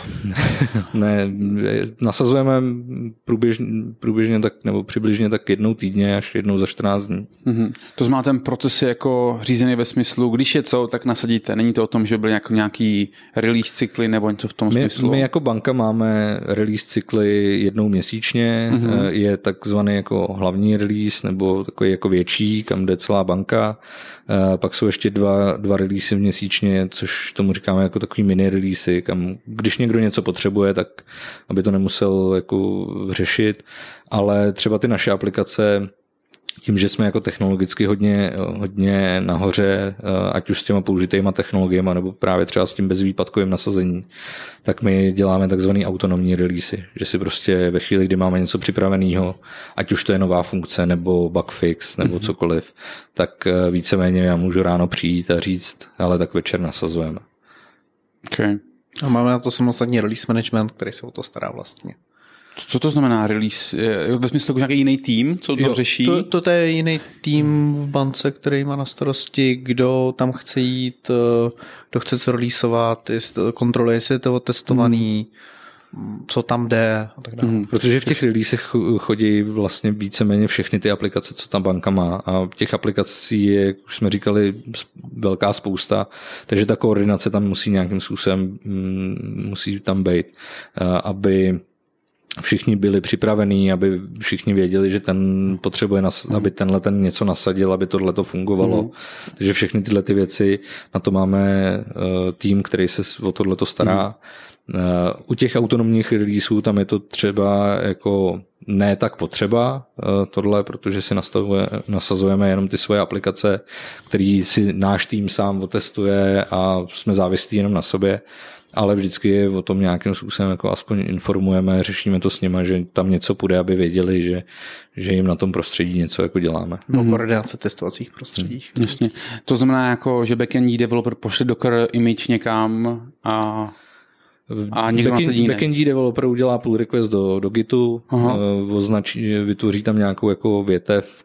ne, nasazujeme průběžně, průběžně tak, nebo přibližně tak jednou týdně až jednou za čtrnáct dní. Mm-hmm. To znamená, ten proces je jako řízený ve smyslu, když je co, tak nasadíte. Není to o tom, že byly jako nějaký release cykly nebo něco v tom my, smyslu? My jako banka máme release cykly jednou měsíčně. Mm-hmm. Je takzvaný jako hlavní release nebo takový jako větší, kam jde celá banka. Pak jsou ještě dva, dva releasy měsíčně, což tomu říkáme jako takový mini releasy, kam když někdo něco potřebuje, tak aby to nemusel jako řešit, ale třeba ty naše aplikace, tím, že jsme jako technologicky hodně, hodně nahoře, ať už s těma použitýma technologiemi, nebo právě třeba s tím bezvýpadkovým nasazením, tak my děláme takzvaný autonomní releasy, že si prostě ve chvíli, kdy máme něco připraveného, ať už to je nová funkce, nebo bug fix, nebo mm-hmm. cokoliv, tak víceméně já můžu ráno přijít a říct, ale tak večer nasazujeme. Okay. A máme na to samostatný release management, který se o to stará vlastně. Co to znamená release? Ve smyslu nějaký jiný tým, co to jo, řeší? To, to je jiný tým v bance, který má na starosti, kdo tam chce jít, kdo chce se releaseovat, kontroluje, jestli je to testovaný, hmm. co tam jde a tak dále. Hmm. Protože v těch releasech chodí vlastně víceméně všechny ty aplikace, co ta banka má a těch aplikací je, jak už jsme říkali, velká spousta, takže ta koordinace tam musí nějakým způsobem musí tam být, aby všichni byli připravení, aby všichni věděli, že ten potřebuje, nas, mm. aby tenhle ten něco nasadil, aby tohle to fungovalo. Mm. Takže všechny tyhle ty věci, na to máme uh, tým, který se o tohle to stará. Mm. Uh, u těch autonomních releaseů tam je to třeba jako ne tak potřeba uh, tohle, protože si nastavuje, nasazujeme jenom ty svoje aplikace, který si náš tým sám otestuje a jsme závislí jenom na sobě. Ale vždycky je o tom nějakým způsobem jako aspoň informujeme, řešíme to s nima, že tam něco půjde, aby věděli, že, že jim na tom prostředí něco jako děláme. O koordinace testovacích prostředích. Hmm. Jasně. To znamená, jako, že backendí developer pošle Docker image někam a A někdo Backend, backendí developer udělá pull request do, do Gitu, označí, vytvoří tam nějakou jako větev,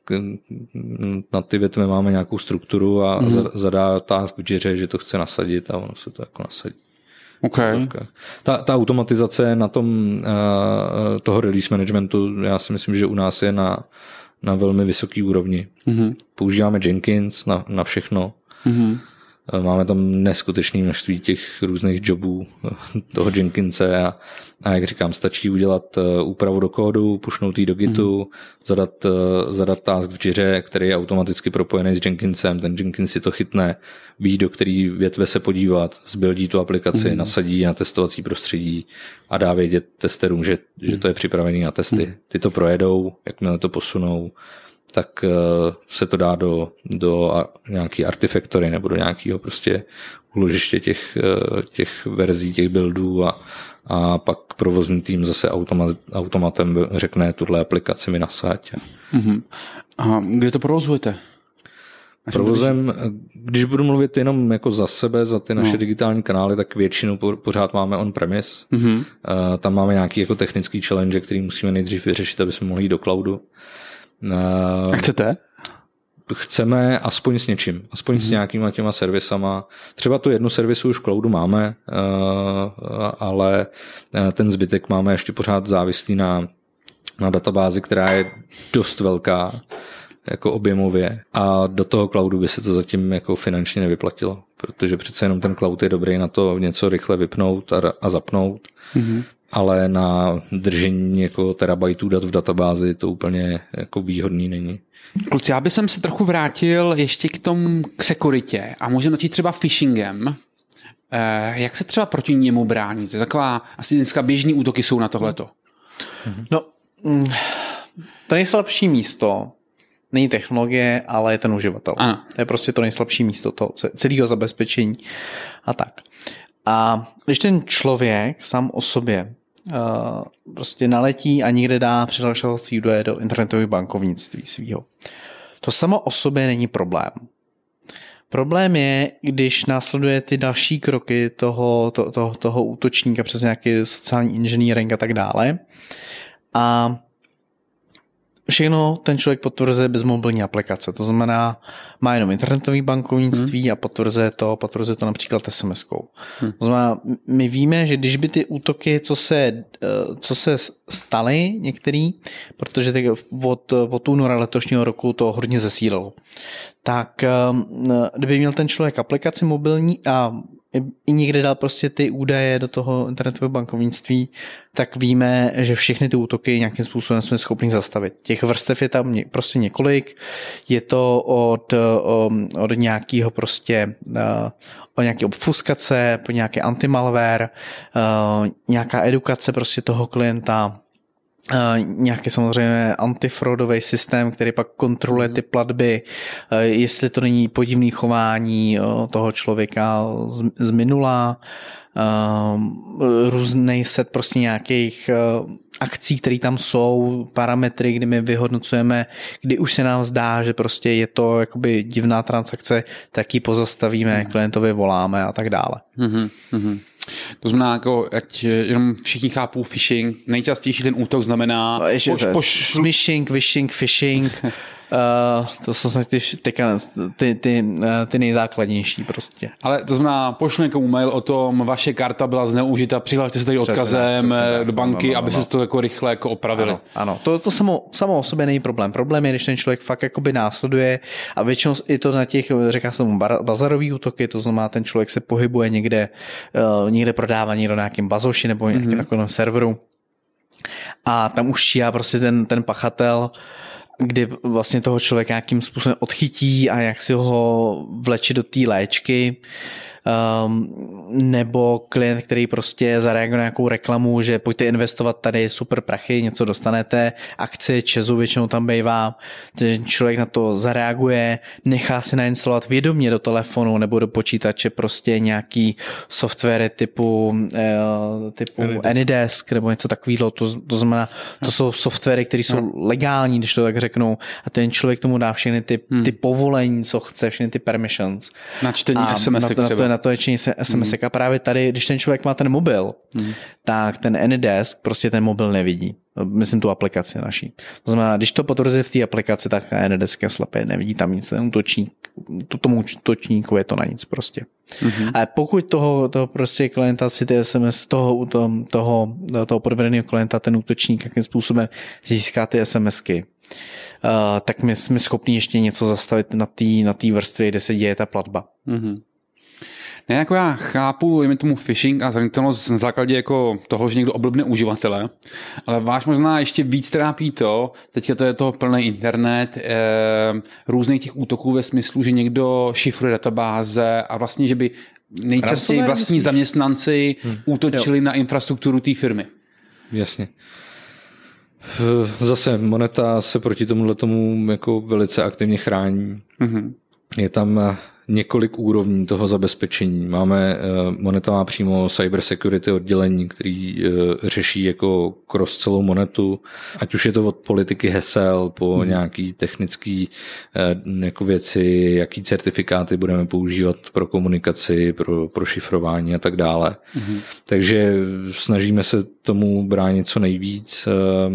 na ty větve máme nějakou strukturu a mm-hmm. zadá task v Jiře, že to chce nasadit a ono se to jako nasadí. Okay. Ta, ta automatizace na tom uh, toho release managementu, já si myslím, že u nás je na, na velmi vysoký úrovni. Mm-hmm. Používáme Jenkins na, na všechno. Mm-hmm. Máme tam neskutečné množství těch různých jobů toho Jenkinse a, a jak říkám, stačí udělat úpravu do kódu, pušnout ji do Gitu, mm. zadat, zadat task v Jiře, který je automaticky propojený s Jenkinsem, ten Jenkins si to chytne, ví, do který větve se podívat, zbuildí tu aplikaci, mm. nasadí na testovací prostředí a dá vědět testerům, že, že to je připravený na testy. Mm. Ty to projedou, jakmile to posunou, tak se to dá do, do nějaký artifactory nebo do nějakého prostě úložiště těch, těch verzí, těch buildů a, a pak provozní tým zase automat, automatem řekne tuhle aplikaci mi nasaď. Mm-hmm. A kde to provozujete? Provozem, když budu mluvit jenom jako za sebe, za ty naše no. digitální kanály, tak většinu pořád máme on-premise. Mm-hmm. Tam máme nějaký jako technický challenge, který musíme nejdřív vyřešit, aby jsme mohli jít do cloudu. A chcete? Chceme aspoň s něčím, aspoň mm-hmm. s nějakýma těma servisama. Třeba tu jednu servisu už v cloudu máme, ale ten zbytek máme ještě pořád závislý na, na databázi, která je dost velká jako objemově a do toho cloudu by se to zatím jako finančně nevyplatilo, protože přece jenom ten cloud je dobrý na to něco rychle vypnout a, a zapnout, mm-hmm. ale na držení jako terabajtů dat v databázi to úplně jako výhodný není. Kluci, já bych se trochu vrátil ještě k tomu k sekuritě a můžeme začít třeba phishingem. Eh, jak se třeba proti němu bránit? To je taková, asi dneska běžný útoky jsou na tohleto. No, to nejslabší místo není technologie, ale je ten uživatel. Ano. To je prostě to nejslabší místo toho celého zabezpečení a tak. A když ten člověk sám o sobě uh, prostě naletí a někde dá přihlašovací údaje do internetového bankovnictví svýho, to samo o sobě není problém. Problém je, když následuje ty další kroky toho, to, to, toho útočníka přes nějaký sociální engineering a tak dále. A všechno ten člověk potvrzuje bez mobilní aplikace. To znamená, má jenom internetové bankovnictví hmm. a potvrzuje to, potvrzuje to například es em eskou. Hmm. To znamená, my víme, že když by ty útoky, co se, co se staly některý, protože teď od, od února letošního roku to hodně zesílilo, tak kdyby měl ten člověk aplikaci mobilní a i někde dal prostě ty údaje do toho internetového bankovnictví, tak víme, že všechny ty útoky nějakým způsobem jsme schopni zastavit. Těch vrstev je tam prostě několik. Je to od, od nějakého prostě od nějaké obfuskace, po nějaké antimalware, nějaká edukace prostě toho klienta, Uh, nějaký samozřejmě antifraudový systém, který pak kontroluje ty platby, uh, jestli to není podivný chování uh, toho člověka z, z minula, uh, různý set prostě nějakých uh, akcí, které tam jsou, parametry, kdy my vyhodnocujeme, kdy už se nám zdá, že prostě je to jakoby divná transakce, tak ji pozastavíme, mm. klientovi voláme a tak dále. Mm-hmm, mm-hmm. To znamená, jako, ať jenom všichni chápou phishing, nejčastější ten útok znamená poš, poš, smishing, wishing, phishing, uh, to jsou ty, ty, ty, ty nejzákladnější prostě. Ale to znamená, pošlu někomu mail o tom, vaše karta byla zneužita, přihlašte se tady odkazem přesně, do banky, no, no, no, aby se to jako rychle jako opravili. Ano, ano. To, to samo, samo o sobě není problém. Problém je, když ten člověk fakt jakoby následuje a většinou je to na těch, říká se mu bazarový útoky, to znamená, ten člověk se pohybuje někde, uh, někde prodává někdo na nějakém bazoši nebo nějakém mm-hmm. takovém serveru a tam už šíhá prostě ten, ten pachatel, kdy vlastně toho člověka nějakým způsobem odchytí a jak si ho vleče do té léčky, um, nebo klient, který prostě zareaguje na nějakou reklamu, že pojďte investovat tady, super prachy, něco dostanete, akcie Česu většinou tam bývá, ten člověk na to zareaguje, nechá si nainstalovat vědomě do telefonu nebo do počítače prostě nějaký software typu, uh, typu Anydesk. Anydesk nebo něco takového, to, to znamená, to jsou softwary, které jsou no. legální, když to tak řeknu, a ten člověk tomu dá všechny ty, hmm. ty povolení, co chce, všechny ty permissions. Na čtení es em esek na to, třeba. Na to je čtení es em esek. Hmm. A právě tady, když ten člověk má ten mobil, hmm. tak ten Anydesk prostě ten mobil nevidí. Myslím tu aplikaci naší. To znamená, když to potvrzuje v té aplikaci, tak Anydesk je slepý, nevidí tam nic, ten útočník, tomu útočníku je to na nic prostě. Mm-hmm. Ale pokud toho, toho prostě klienta si ty es em es, toho, toho, toho, toho podvedeného klienta, ten útočník, jakým způsobem získá ty SMSky, uh, tak my jsme schopni ještě něco zastavit na té na té vrstvě, kde se děje ta platba. Mm-hmm. Ne, jako já chápu, jme tomu phishing a zranitelnost na základě jako toho, že někdo oblbne uživatele, ale váš možná ještě víc trápí to, teďka to je toho plný internet, eh, různých těch útoků ve smyslu, že někdo šifruje databáze a vlastně, že by nejčastěji vlastní zaměstnanci hmm. útočili jo. na infrastrukturu té firmy. Jasně. Zase Moneta se proti tomuhle tomu jako velice aktivně chrání. Mm-hmm. Je tam několik úrovní toho zabezpečení. Máme, Moneta má přímo cyber security oddělení, který řeší jako cross celou Monetu, ať už je to od politiky hesel po hmm. nějaký technický jako věci, jaký certifikáty budeme používat pro komunikaci, pro, pro šifrování a tak dále. Hmm. Takže snažíme se tomu bránit co nejvíc.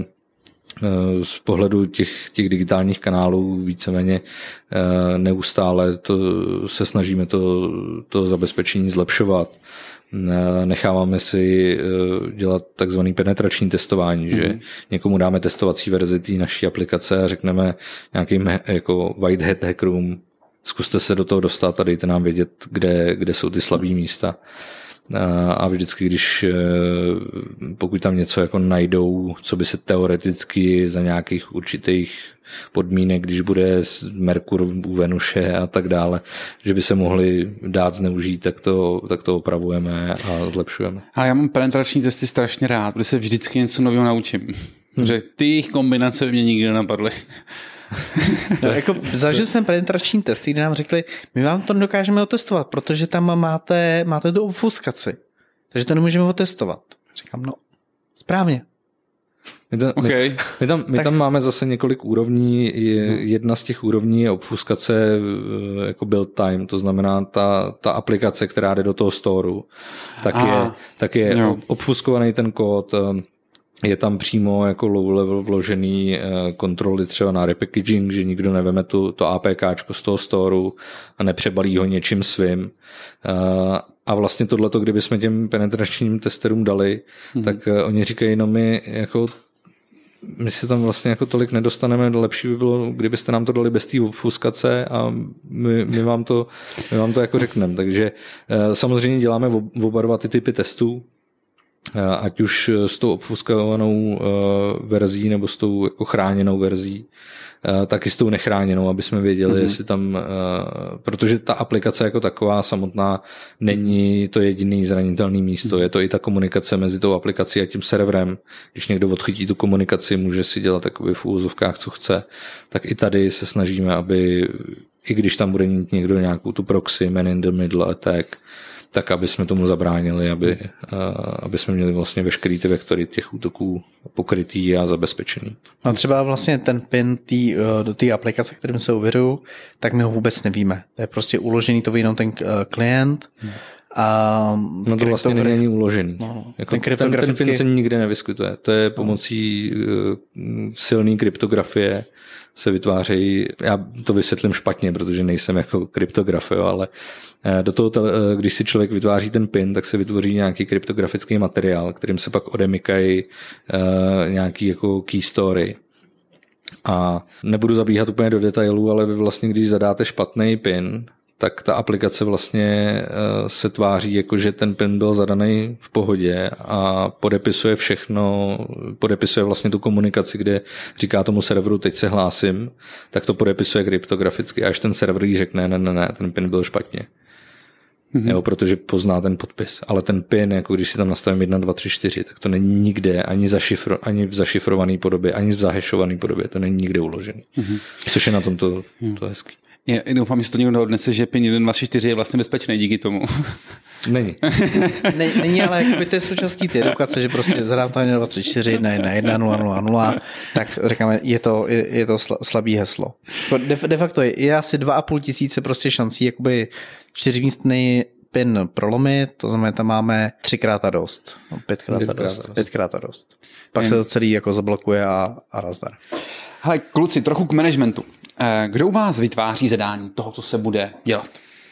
Z pohledu těch, těch digitálních kanálů víceméně neustále to, se snažíme to, to zabezpečení zlepšovat. Necháváme si dělat takzvaný penetrační testování, mm. že někomu dáme testovací verzi té naší aplikace a řekneme nějakým jako white hat hackerům, zkuste se do toho dostat a dejte nám vědět, kde, kde jsou ty slabý místa. A vždycky, když pokud tam něco jako najdou, co by se teoreticky za nějakých určitých podmínek, když bude Merkur u Venuše a tak dále, že by se mohli dát zneužít, tak to, tak to opravujeme a zlepšujeme. Ale já mám penetrační testy strašně rád, protože se vždycky něco nového naučím. Hmm. Protože ty jejich kombinace by mě nikdy nenapadly. No, jako zažil jsem penetrační testy, kde nám řekli, my vám to nedokážeme otestovat, protože tam máte, máte tu obfuskaci. Takže to nemůžeme otestovat. Říkám, no, správně. My, ta, okay. my, my, tam, my tam máme zase několik úrovní. Jedna z těch úrovní je obfuskace jako build time, to znamená ta, ta aplikace, která jde do toho storu, tak ah, je, tak je no. obfuskovaný ten kód. Je tam přímo jako low level vložený kontroly třeba na repackaging, že nikdo neveme tu, to APKčko z toho storu a nepřebalí ho něčím svým. A vlastně tohleto, kdybychom těm penetračním testerům dali, hmm. tak oni říkají, no my jako my si tam vlastně jako tolik nedostaneme, lepší by bylo, kdybyste nám to dali bez té obfuskace a my, my, vám to, my vám to jako řekneme. Takže samozřejmě děláme oba dva ty typy testů, ať už s tou obfuskovanou verzí nebo s tou jako chráněnou verzí, taky s tou nechráněnou, aby jsme věděli, mm-hmm. jestli tam, protože ta aplikace jako taková samotná není to jediný zranitelný místo, mm-hmm. je to i ta komunikace mezi tou aplikací a tím serverem. Když někdo odchytí tu komunikaci, může si dělat jakoby v úvozovkách, co chce, tak i tady se snažíme, aby i když tam bude mít někdo nějakou tu proxy, man in the middle attack, tak aby jsme tomu zabránili, aby, aby jsme měli vlastně veškerý ty vektory těch útoků pokrytý a zabezpečený. No třeba vlastně ten pin tý, do té aplikace, kterým se uvěřuju, tak my ho vůbec nevíme. To je prostě uložený, to ví jenom ten klient. Hmm. A no to vlastně není ani uložený. No, jako ten, kryptografický... ten pin se nikde nevyskytuje. To je pomocí no. silné kryptografie se vytvářejí, já to vysvětlím špatně, protože nejsem jako kryptograf, jo, ale do toho, když si člověk vytváří ten pin, tak se vytvoří nějaký kryptografický materiál, kterým se pak odemykají uh, nějaký jako key story. A nebudu zabíhat úplně do detailů, ale vy vlastně, když zadáte špatný pin, tak ta aplikace vlastně se tváří jako, že ten pin byl zadaný v pohodě a podepisuje všechno, podepisuje vlastně tu komunikaci, kde říká tomu serveru, teď se hlásím, tak to podepisuje kryptograficky, až ten server jí řekne, ne, ne, ne, ten pin byl špatně. Mm-hmm. Jo, protože pozná ten podpis. Ale ten pin, jako když si tam nastavím jedna, dva, tři, čtyři, tak to není nikde, ani, zašifro, ani v zašifrované podobě, ani v zahešované podobě, to není nikde uložený. Mm-hmm. Což je na tom to, to hezký. Já doufám, že to někdo odnese, že pin jedna, dva, tři, čtyři je vlastně bezpečný díky tomu. Není. ne, není, ale jakoby to je součástí té edukace, že prostě zadám tam jedna, dva, tři, čtyři, jedna, jedna, jedna, nula, nula, nula, tak říkáme, je to, je, je to slabý heslo. De, de facto je, je asi dva a půl tisíce prostě šancí jakoby čtyřmístný pin prolomit, to znamená, tam máme třikrát a dost. No, pětkrát a dost. Pětkrát a dost. Pak Jen. se to celý jako zablokuje a, a nazdar. Hele, kluci, trochu k managementu. Kdo u vás vytváří zadání toho, co se bude dělat?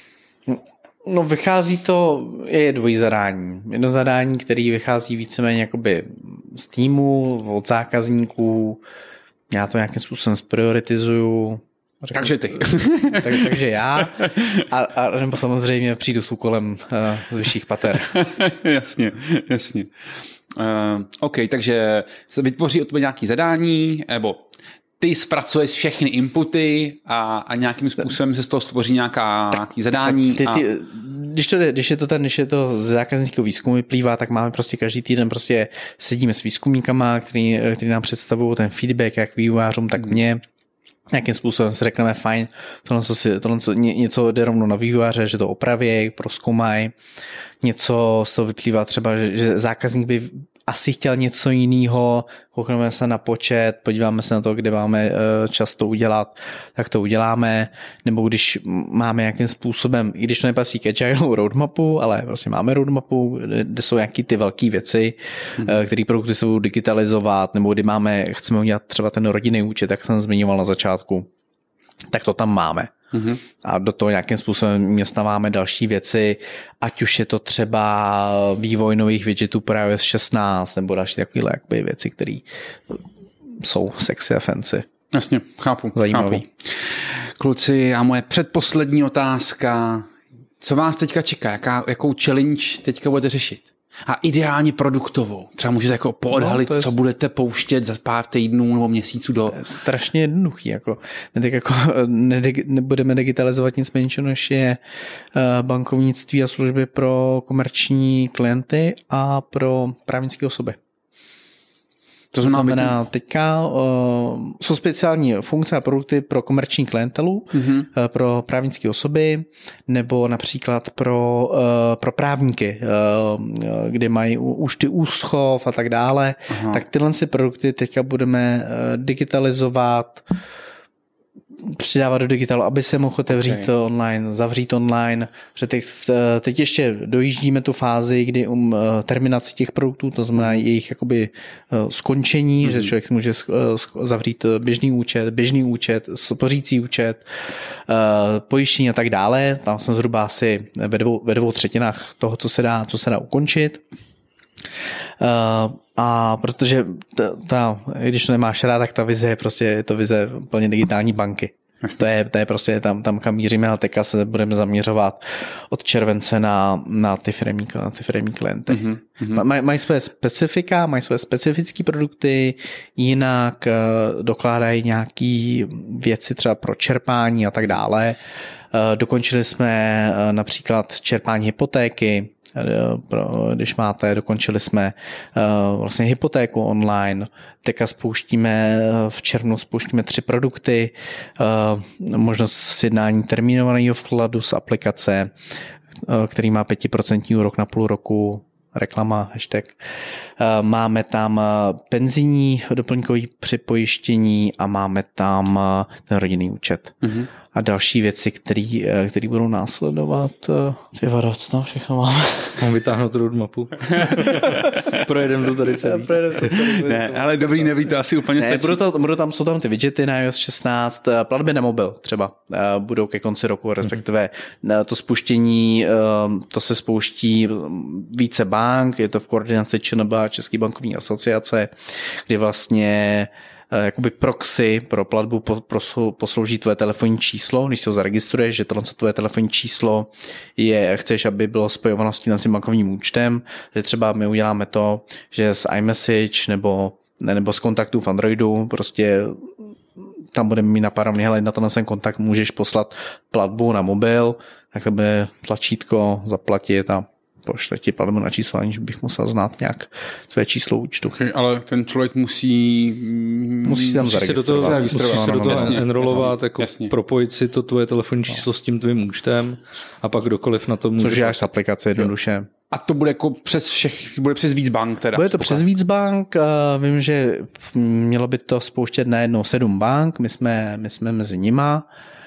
No vychází to, je dvojí zadání. Jedno zadání, který vychází víceméně jakoby z týmu, od zákazníků, já to nějakým způsobem sprioritizuju. Řeknu, takže ty. tak, takže já a, a nebo samozřejmě přijdu s úkolem uh, z vyšších pater. jasně, jasně. Uh, OK, takže se vytvoří od tebe nějaký zadání, nebo ty zpracuješ všechny inputy a, a nějakým způsobem se z toho stvoří nějaká, nějaký zadání. Ty, ty, a... když, to, když je to ten, když je to z zákaznického výzkumu vyplývá, tak máme prostě každý týden prostě sedíme s výzkumníkama, který, který nám představují ten feedback, jak vývojářům, tak mě. Nějakým způsobem si řekneme, fajn, tohle, co si, tohle, co, ně, něco jde rovnou na vývojáře, že to opravěj, prozkoumaj. Něco z toho vyplývá třeba, že, že zákazník by asi chtěl něco jiného, koukneme se na počet, podíváme se na to, kde máme čas to udělat, tak to uděláme, nebo když máme nějakým způsobem, i když to nepatří k agile roadmapu, ale prostě máme roadmapu, kde jsou nějaké ty velké věci, hmm. které produkty se budou digitalizovat, nebo kdy máme, chceme udělat třeba ten rodinný účet, jak jsem zmiňoval na začátku, tak to tam máme. Mm-hmm. A do toho nějakým způsobem městnáváme další věci, ať už je to třeba vývoj nových widgetů pro iOS šestnáct nebo další takové jakoby věci, které jsou sexy a fancy. Jasně, chápu. Zajímavý. Chápu. Kluci, a moje předposlední otázka. Co vás teďka čeká? Jaká, jakou challenge teďka budete řešit? A ideálně produktovou. Třeba můžete jako poodhalit, no, je... co budete pouštět za pár týdnů nebo měsíců do... To je strašně jednoduchý. Jako. My tak jako nebudeme digitalizovat nic menšího, než je bankovnictví a služby pro komerční klienty a pro právnické osoby. To znamená, teďka uh, jsou speciální funkce a produkty pro komerční klientelu, mm-hmm. uh, pro právnické osoby, nebo například pro, uh, pro právníky, uh, kde mají účty úschov a tak dále. Aha. Tak tyhle si produkty teďka budeme uh, digitalizovat, přidávat do digitálu, aby se mohl otevřít okay. online, zavřít online. Že teď, teď ještě dojíždíme tu fázi, kdy um terminaci těch produktů, to znamená jejich jakoby skončení, mm-hmm. že člověk si může zavřít běžný účet, běžný účet, spořící účet, pojištění a tak dále. Tam jsem zhruba asi ve dvou, ve dvou třetinách toho, co se dá, co se dá ukončit. Uh, a protože ta, ta, když to nemáš rád, tak ta vize je prostě je to vize úplně digitální banky. To je, to je prostě tam, tam kam míříme, ale teďka se budeme zaměřovat od července na, na ty firemní, na ty firemní klienty. Mm-hmm. Maj, mají své specifika, mají své specifické produkty, jinak uh, dokládají nějaké věci třeba pro čerpání a tak dále. Uh, dokončili jsme uh, například čerpání hypotéky, když máte, dokončili jsme uh, vlastně hypotéku online, teďka spouštíme v červnu spouštíme tři produkty, uh, možnost sjednání termínovaného vkladu z aplikace, uh, který má pět procent úrok na půl roku, reklama, hashtag. Uh, máme tam uh, penzijní doplňkové připojištění a máme tam uh, ten rodinný účet. Mm-hmm. A další věci, které budou následovat. Ty vado, co tam všechno máme? Mám vytáhnout roadmapu. Projedeme to tady celý. Ne, ale dobrý, neví to asi úplně ne, budou, to, budou tam, jsou tam ty widgety na iOS šestnáct, platby na mobil třeba budou ke konci roku, respektive to spuštění, to se spouští více bank, je to v koordinaci ČNB a České bankovní asociace, kdy vlastně jakoby proxy pro platbu poslouží tvoje telefonní číslo, když se ho zaregistruješ, že tohle tvoje telefonní číslo je, chceš, aby bylo spojováno s tím bankovním účtem, že třeba my uděláme to, že z iMessage nebo, nebo z kontaktů v Androidu prostě tam budeme mít napadavný, hele, na tenhle ten kontakt můžeš poslat platbu na mobil, tak to bude tlačítko zaplatit a pošle ti platbu na číslo, aniž bych musel znát nějak tvé číslo účtu. Okay, ale ten člověk musí musí se tam musí zaregistrovat. Se do toho, musí se do toho jasně, enrolovat, jasně, jako jasně. propojit si to tvoje telefonní číslo no. s tím tvým účtem a pak kdokoliv na to může. Což je až z aplikace jednoduše. A to bude jako přes všech, bude přes víc bank teda. Bude to přes víc bank, vím, že mělo by to spouštět najednou sedm bank, my jsme, my jsme mezi nima.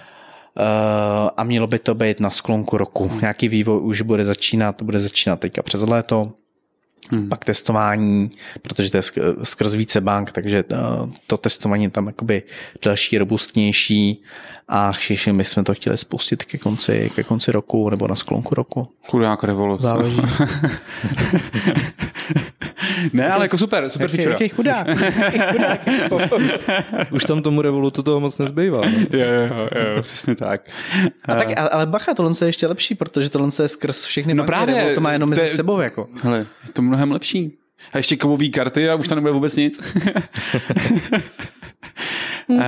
Uh, a mělo by to být na sklonku roku. Nějaký vývoj už bude začínat, to bude začínat teďka přes léto, hmm. pak testování, protože to je skrz více bank, takže uh, to testování je tam jakoby další, robustnější a všichni my jsme to chtěli spustit ke konci, ke konci roku nebo na sklonku roku. Chudák revoluce. Záleží. Ne, ale jako super, super feature. Jaký chudák. chudák. Už tam tomu Revolutu toho moc nezbývá. No? Jo, jo, jo, přesně tak. A tak. Ale bacha, tohle je ještě lepší, protože tohle je skrz všechny no banky. Právě, Revolut to má jenom mezi sebou. Jako. Hele, je to mnohem lepší. A ještě kovový karty a už tam nebude vůbec nic. uh,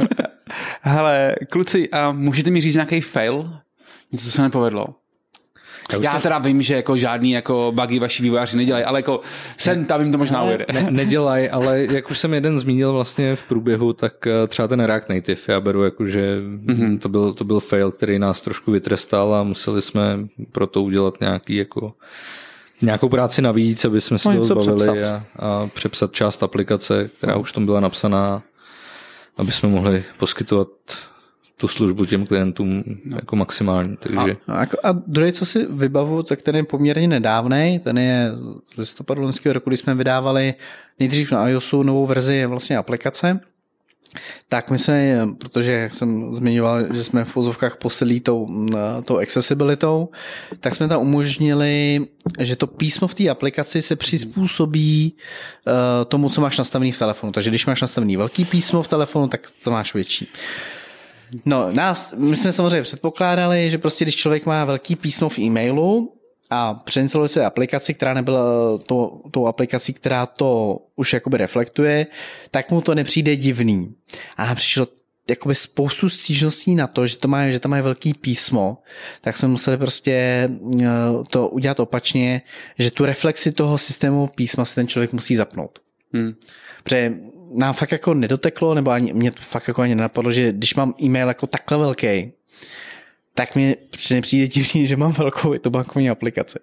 hele, kluci, a můžete mi říct nějaký fail? Něco, co se nepovedlo? Já, Já teda vím, že jako žádný jako bugy vaši vývojáři nedělají, ale jako sen tam jim to možná ujede. Ne, nedělají, ale jak už jsem jeden zmínil vlastně v průběhu, tak třeba ten React Native, já beru jako, že mm-hmm. to, byl, to byl fail, který nás trošku vytrestal a museli jsme pro to udělat nějaký jako nějakou práci navíc, aby jsme si no, to zbavili a, a přepsat část aplikace, která no. už tam byla napsaná, aby jsme mohli poskytovat tu službu těm klientům jako maximální. Takže... A, a druhý, co si vybavu, tak ten je poměrně nedávnej, ten je z listopadu loňského roku, kdy jsme vydávali nejdřív na iOSu novou verzi vlastně aplikace, tak my jsme, protože jak jsem zmiňoval, že jsme v vozovkách posedlí tou, tou accessibilitou, tak jsme tam umožnili, že to písmo v té aplikaci se přizpůsobí uh, tomu, co máš nastavený v telefonu. Takže když máš nastavený velký písmo v telefonu, tak to máš větší. No, nás, my jsme samozřejmě předpokládali, že prostě když člověk má velký písmo v e-mailu a přeinstaluje se aplikaci, která nebyla to, tou aplikací, která to už jakoby reflektuje, tak mu to nepřijde divný. A nám přišlo jakoby spoustu stížností na to, že to má, že tam má velký písmo, tak jsme museli prostě to udělat opačně, že tu reflexi toho systému písma si ten člověk musí zapnout. Hmm. Protože nám fakt jako nedoteklo, nebo ani, mě fakt jako ani nenapadlo, že když mám e-mail jako takhle velký, tak mi nepřijde divný, že mám velkou je to bankovní aplikaci.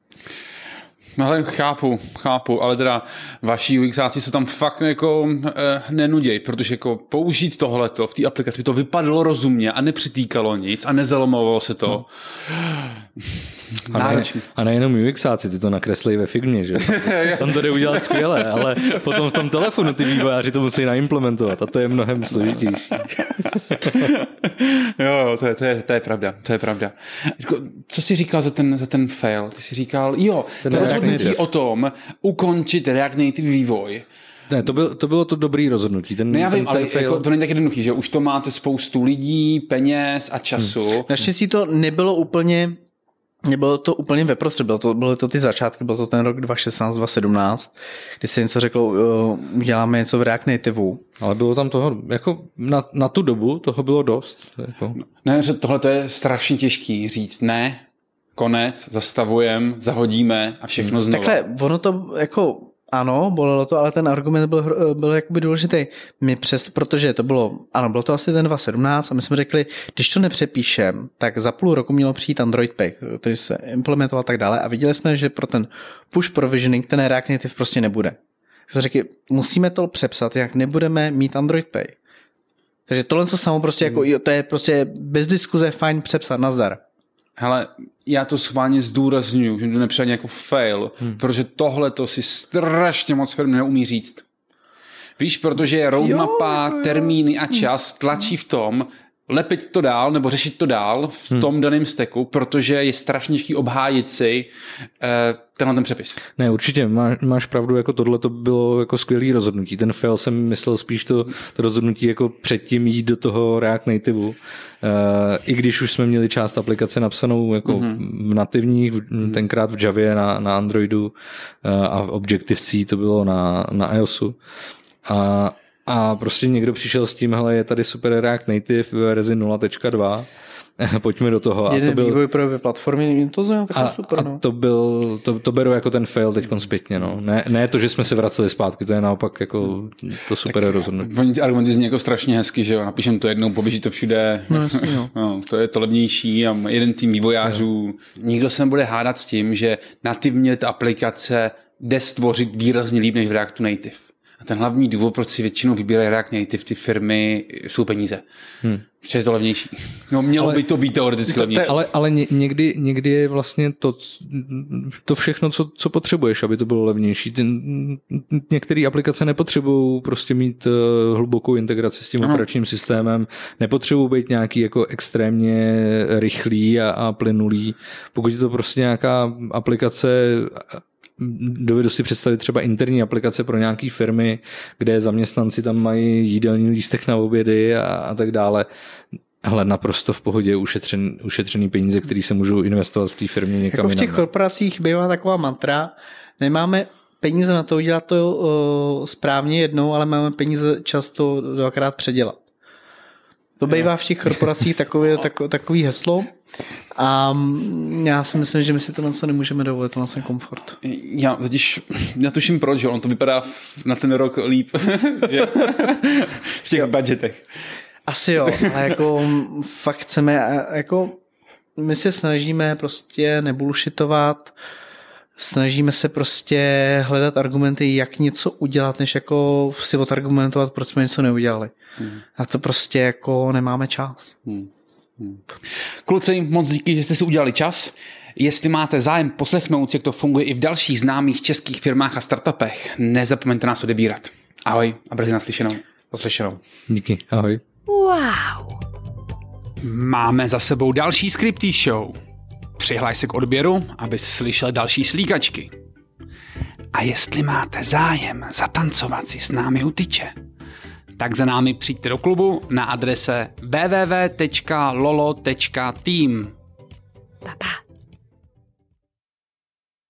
No ale chápu, chápu, ale teda vaši UXáci se tam fakt jako eh, nenuděj, protože jako použít tohleto v té aplikaci by to vypadalo rozumně a nepřitýkalo nic a nezalomovalo se to. No. A, ne, a nejenom UXáci, ty to nakreslí ve Figmě, že? Tam to jde udělat skvěle, ale potom v tom telefonu ty vývojáři to musí naimplementovat a to je mnohem složitější. Jo, to je, to, je, to je pravda, to je pravda. Co jsi říkal za ten, za ten fail? Ty jsi říkal, jo, ten to rozhodnutí o tom ukončit React Native vývoj. Ne, to, byl, to bylo to dobrý rozhodnutí. Ten, no já vím, ten, ale ten fail... jako, to není tak jednoduchý, že už to máte spoustu lidí, peněz a času. Hmm. Naštěstí to nebylo úplně... Nebylo to úplně ve prostředí, bylo to, bylo to ty začátky, byl to ten rok dva tisíce šestnáct dva tisíce sedmnáct, kdy se něco řeklo, uděláme něco v React Nativeu. Ale bylo tam toho, jako na, na tu dobu toho bylo dost. Jako. Ne, tohle to je strašně těžký říct, ne, konec, zastavujem, zahodíme a všechno znovu. Takhle, ono to jako... Ano, bolelo to, ale ten argument byl, byl jakoby důležitý. My přesto, protože to bylo, ano, bylo to asi ten dva tisíce sedmnáct a my jsme řekli, když to nepřepíšem, tak za půl roku mělo přijít Android Pay, který se implementoval tak dále a viděli jsme, že pro ten push provisioning ten React Native prostě nebude. Jsme řekli, musíme to přepsat, jak nebudeme mít Android Pay. Takže tohle co samo prostě jako, to je prostě bez diskuze fajn přepsat, nazdar. Hele, já to schválně zdůrazňuji, že to nepřijde jako fail, hmm. protože tohle to si strašně moc firmy neumí říct. Víš, protože je roadmapa, termíny a čas tlačí v tom, lepit to dál nebo řešit to dál v hmm. tom daném stacku, protože je strašně těžký obhájit si eh, tenhle ten přepis. Ne, určitě, má, máš pravdu, jako tohle to bylo jako skvělý rozhodnutí. Ten fail jsem myslel spíš to, to rozhodnutí jako předtím jít do toho React Nativeu. Eh, I když už jsme měli část aplikace napsanou jako mm-hmm. v nativních, tenkrát v Javě na, na Androidu eh, a v Objective-C to bylo na, na iOSu. A A prostě někdo přišel s tím, hele, je tady super React Native verzi nula tečka dva, pojďme do toho. Jeden a to byl vývoj pro platformy, to znamená tak super. No. A to byl, to, to beru jako ten fail teďkon zpětně, no. Ne, ne to, že jsme se vraceli zpátky, to je naopak jako to super tak rozhodnutí. Oni ty argumenty zní jako strašně hezky, že jo, napíšem to jednou, poběží to všude. No, jasný, no. No, to je to levnější a jeden tým vývojářů. No. Nikdo se nebude hádat s tím, že nativně ta aplikace jde stvořit výrazně líp než v Reactu Native. A ten hlavní důvod, proč si většinou vybírají React Native, ty firmy, jsou peníze. Hmm. Protože je to levnější. No mělo ale, by to být teoreticky levnější. Ale, ale někdy, někdy je vlastně to, to všechno, co, co potřebuješ, aby to bylo levnější. Ty, některé aplikace nepotřebují prostě mít uh, hlubokou integraci s tím ano. operačním systémem, nepotřebují být nějaký jako extrémně rychlý a, a plynulý. Pokud je to prostě nějaká aplikace, dovedu si představit třeba interní aplikace pro nějaký firmy, kde zaměstnanci tam mají jídelní lístek na obědy a, a tak dále. Hele, naprosto v pohodě ušetřen, ušetřený peníze, které se můžou investovat v té firmě někam jako v těch jinam. korporacích bývá taková mantra, nemáme peníze na to udělat to uh, správně jednou, ale máme peníze často dvakrát předělat. To bývá v těch korporacích takové, tako, takový heslo a já si myslím, že my si tohle co nemůžeme dovolit, tohle ten komfort. Já totiž, já tuším proč, že on to vypadá na ten rok líp, že? V těch budgetech. Asi jo, ale jako fakt chceme, jako my se snažíme prostě nebullshitovat, snažíme se prostě hledat argumenty, jak něco udělat, než jako si odargumentovat, proč jsme něco neudělali. Hmm. A to prostě jako nemáme čas. Hmm. Hmm. Kluci, moc díky, že jste si udělali čas. Jestli máte zájem poslechnout, jak to funguje i v dalších známých českých firmách a startupech, nezapomeňte nás odebírat. Ahoj a brzy naslyšenou. Naslyšenou. Díky, ahoj. Wow. Máme za sebou další Scripty Show. Přihlaš se k odběru, abys slyšel další slíkačky. A jestli máte zájem zatancovat si s námi u tyče, tak za námi přijďte do klubu na adrese w w w tečka lolo tečka team. Pa, pa.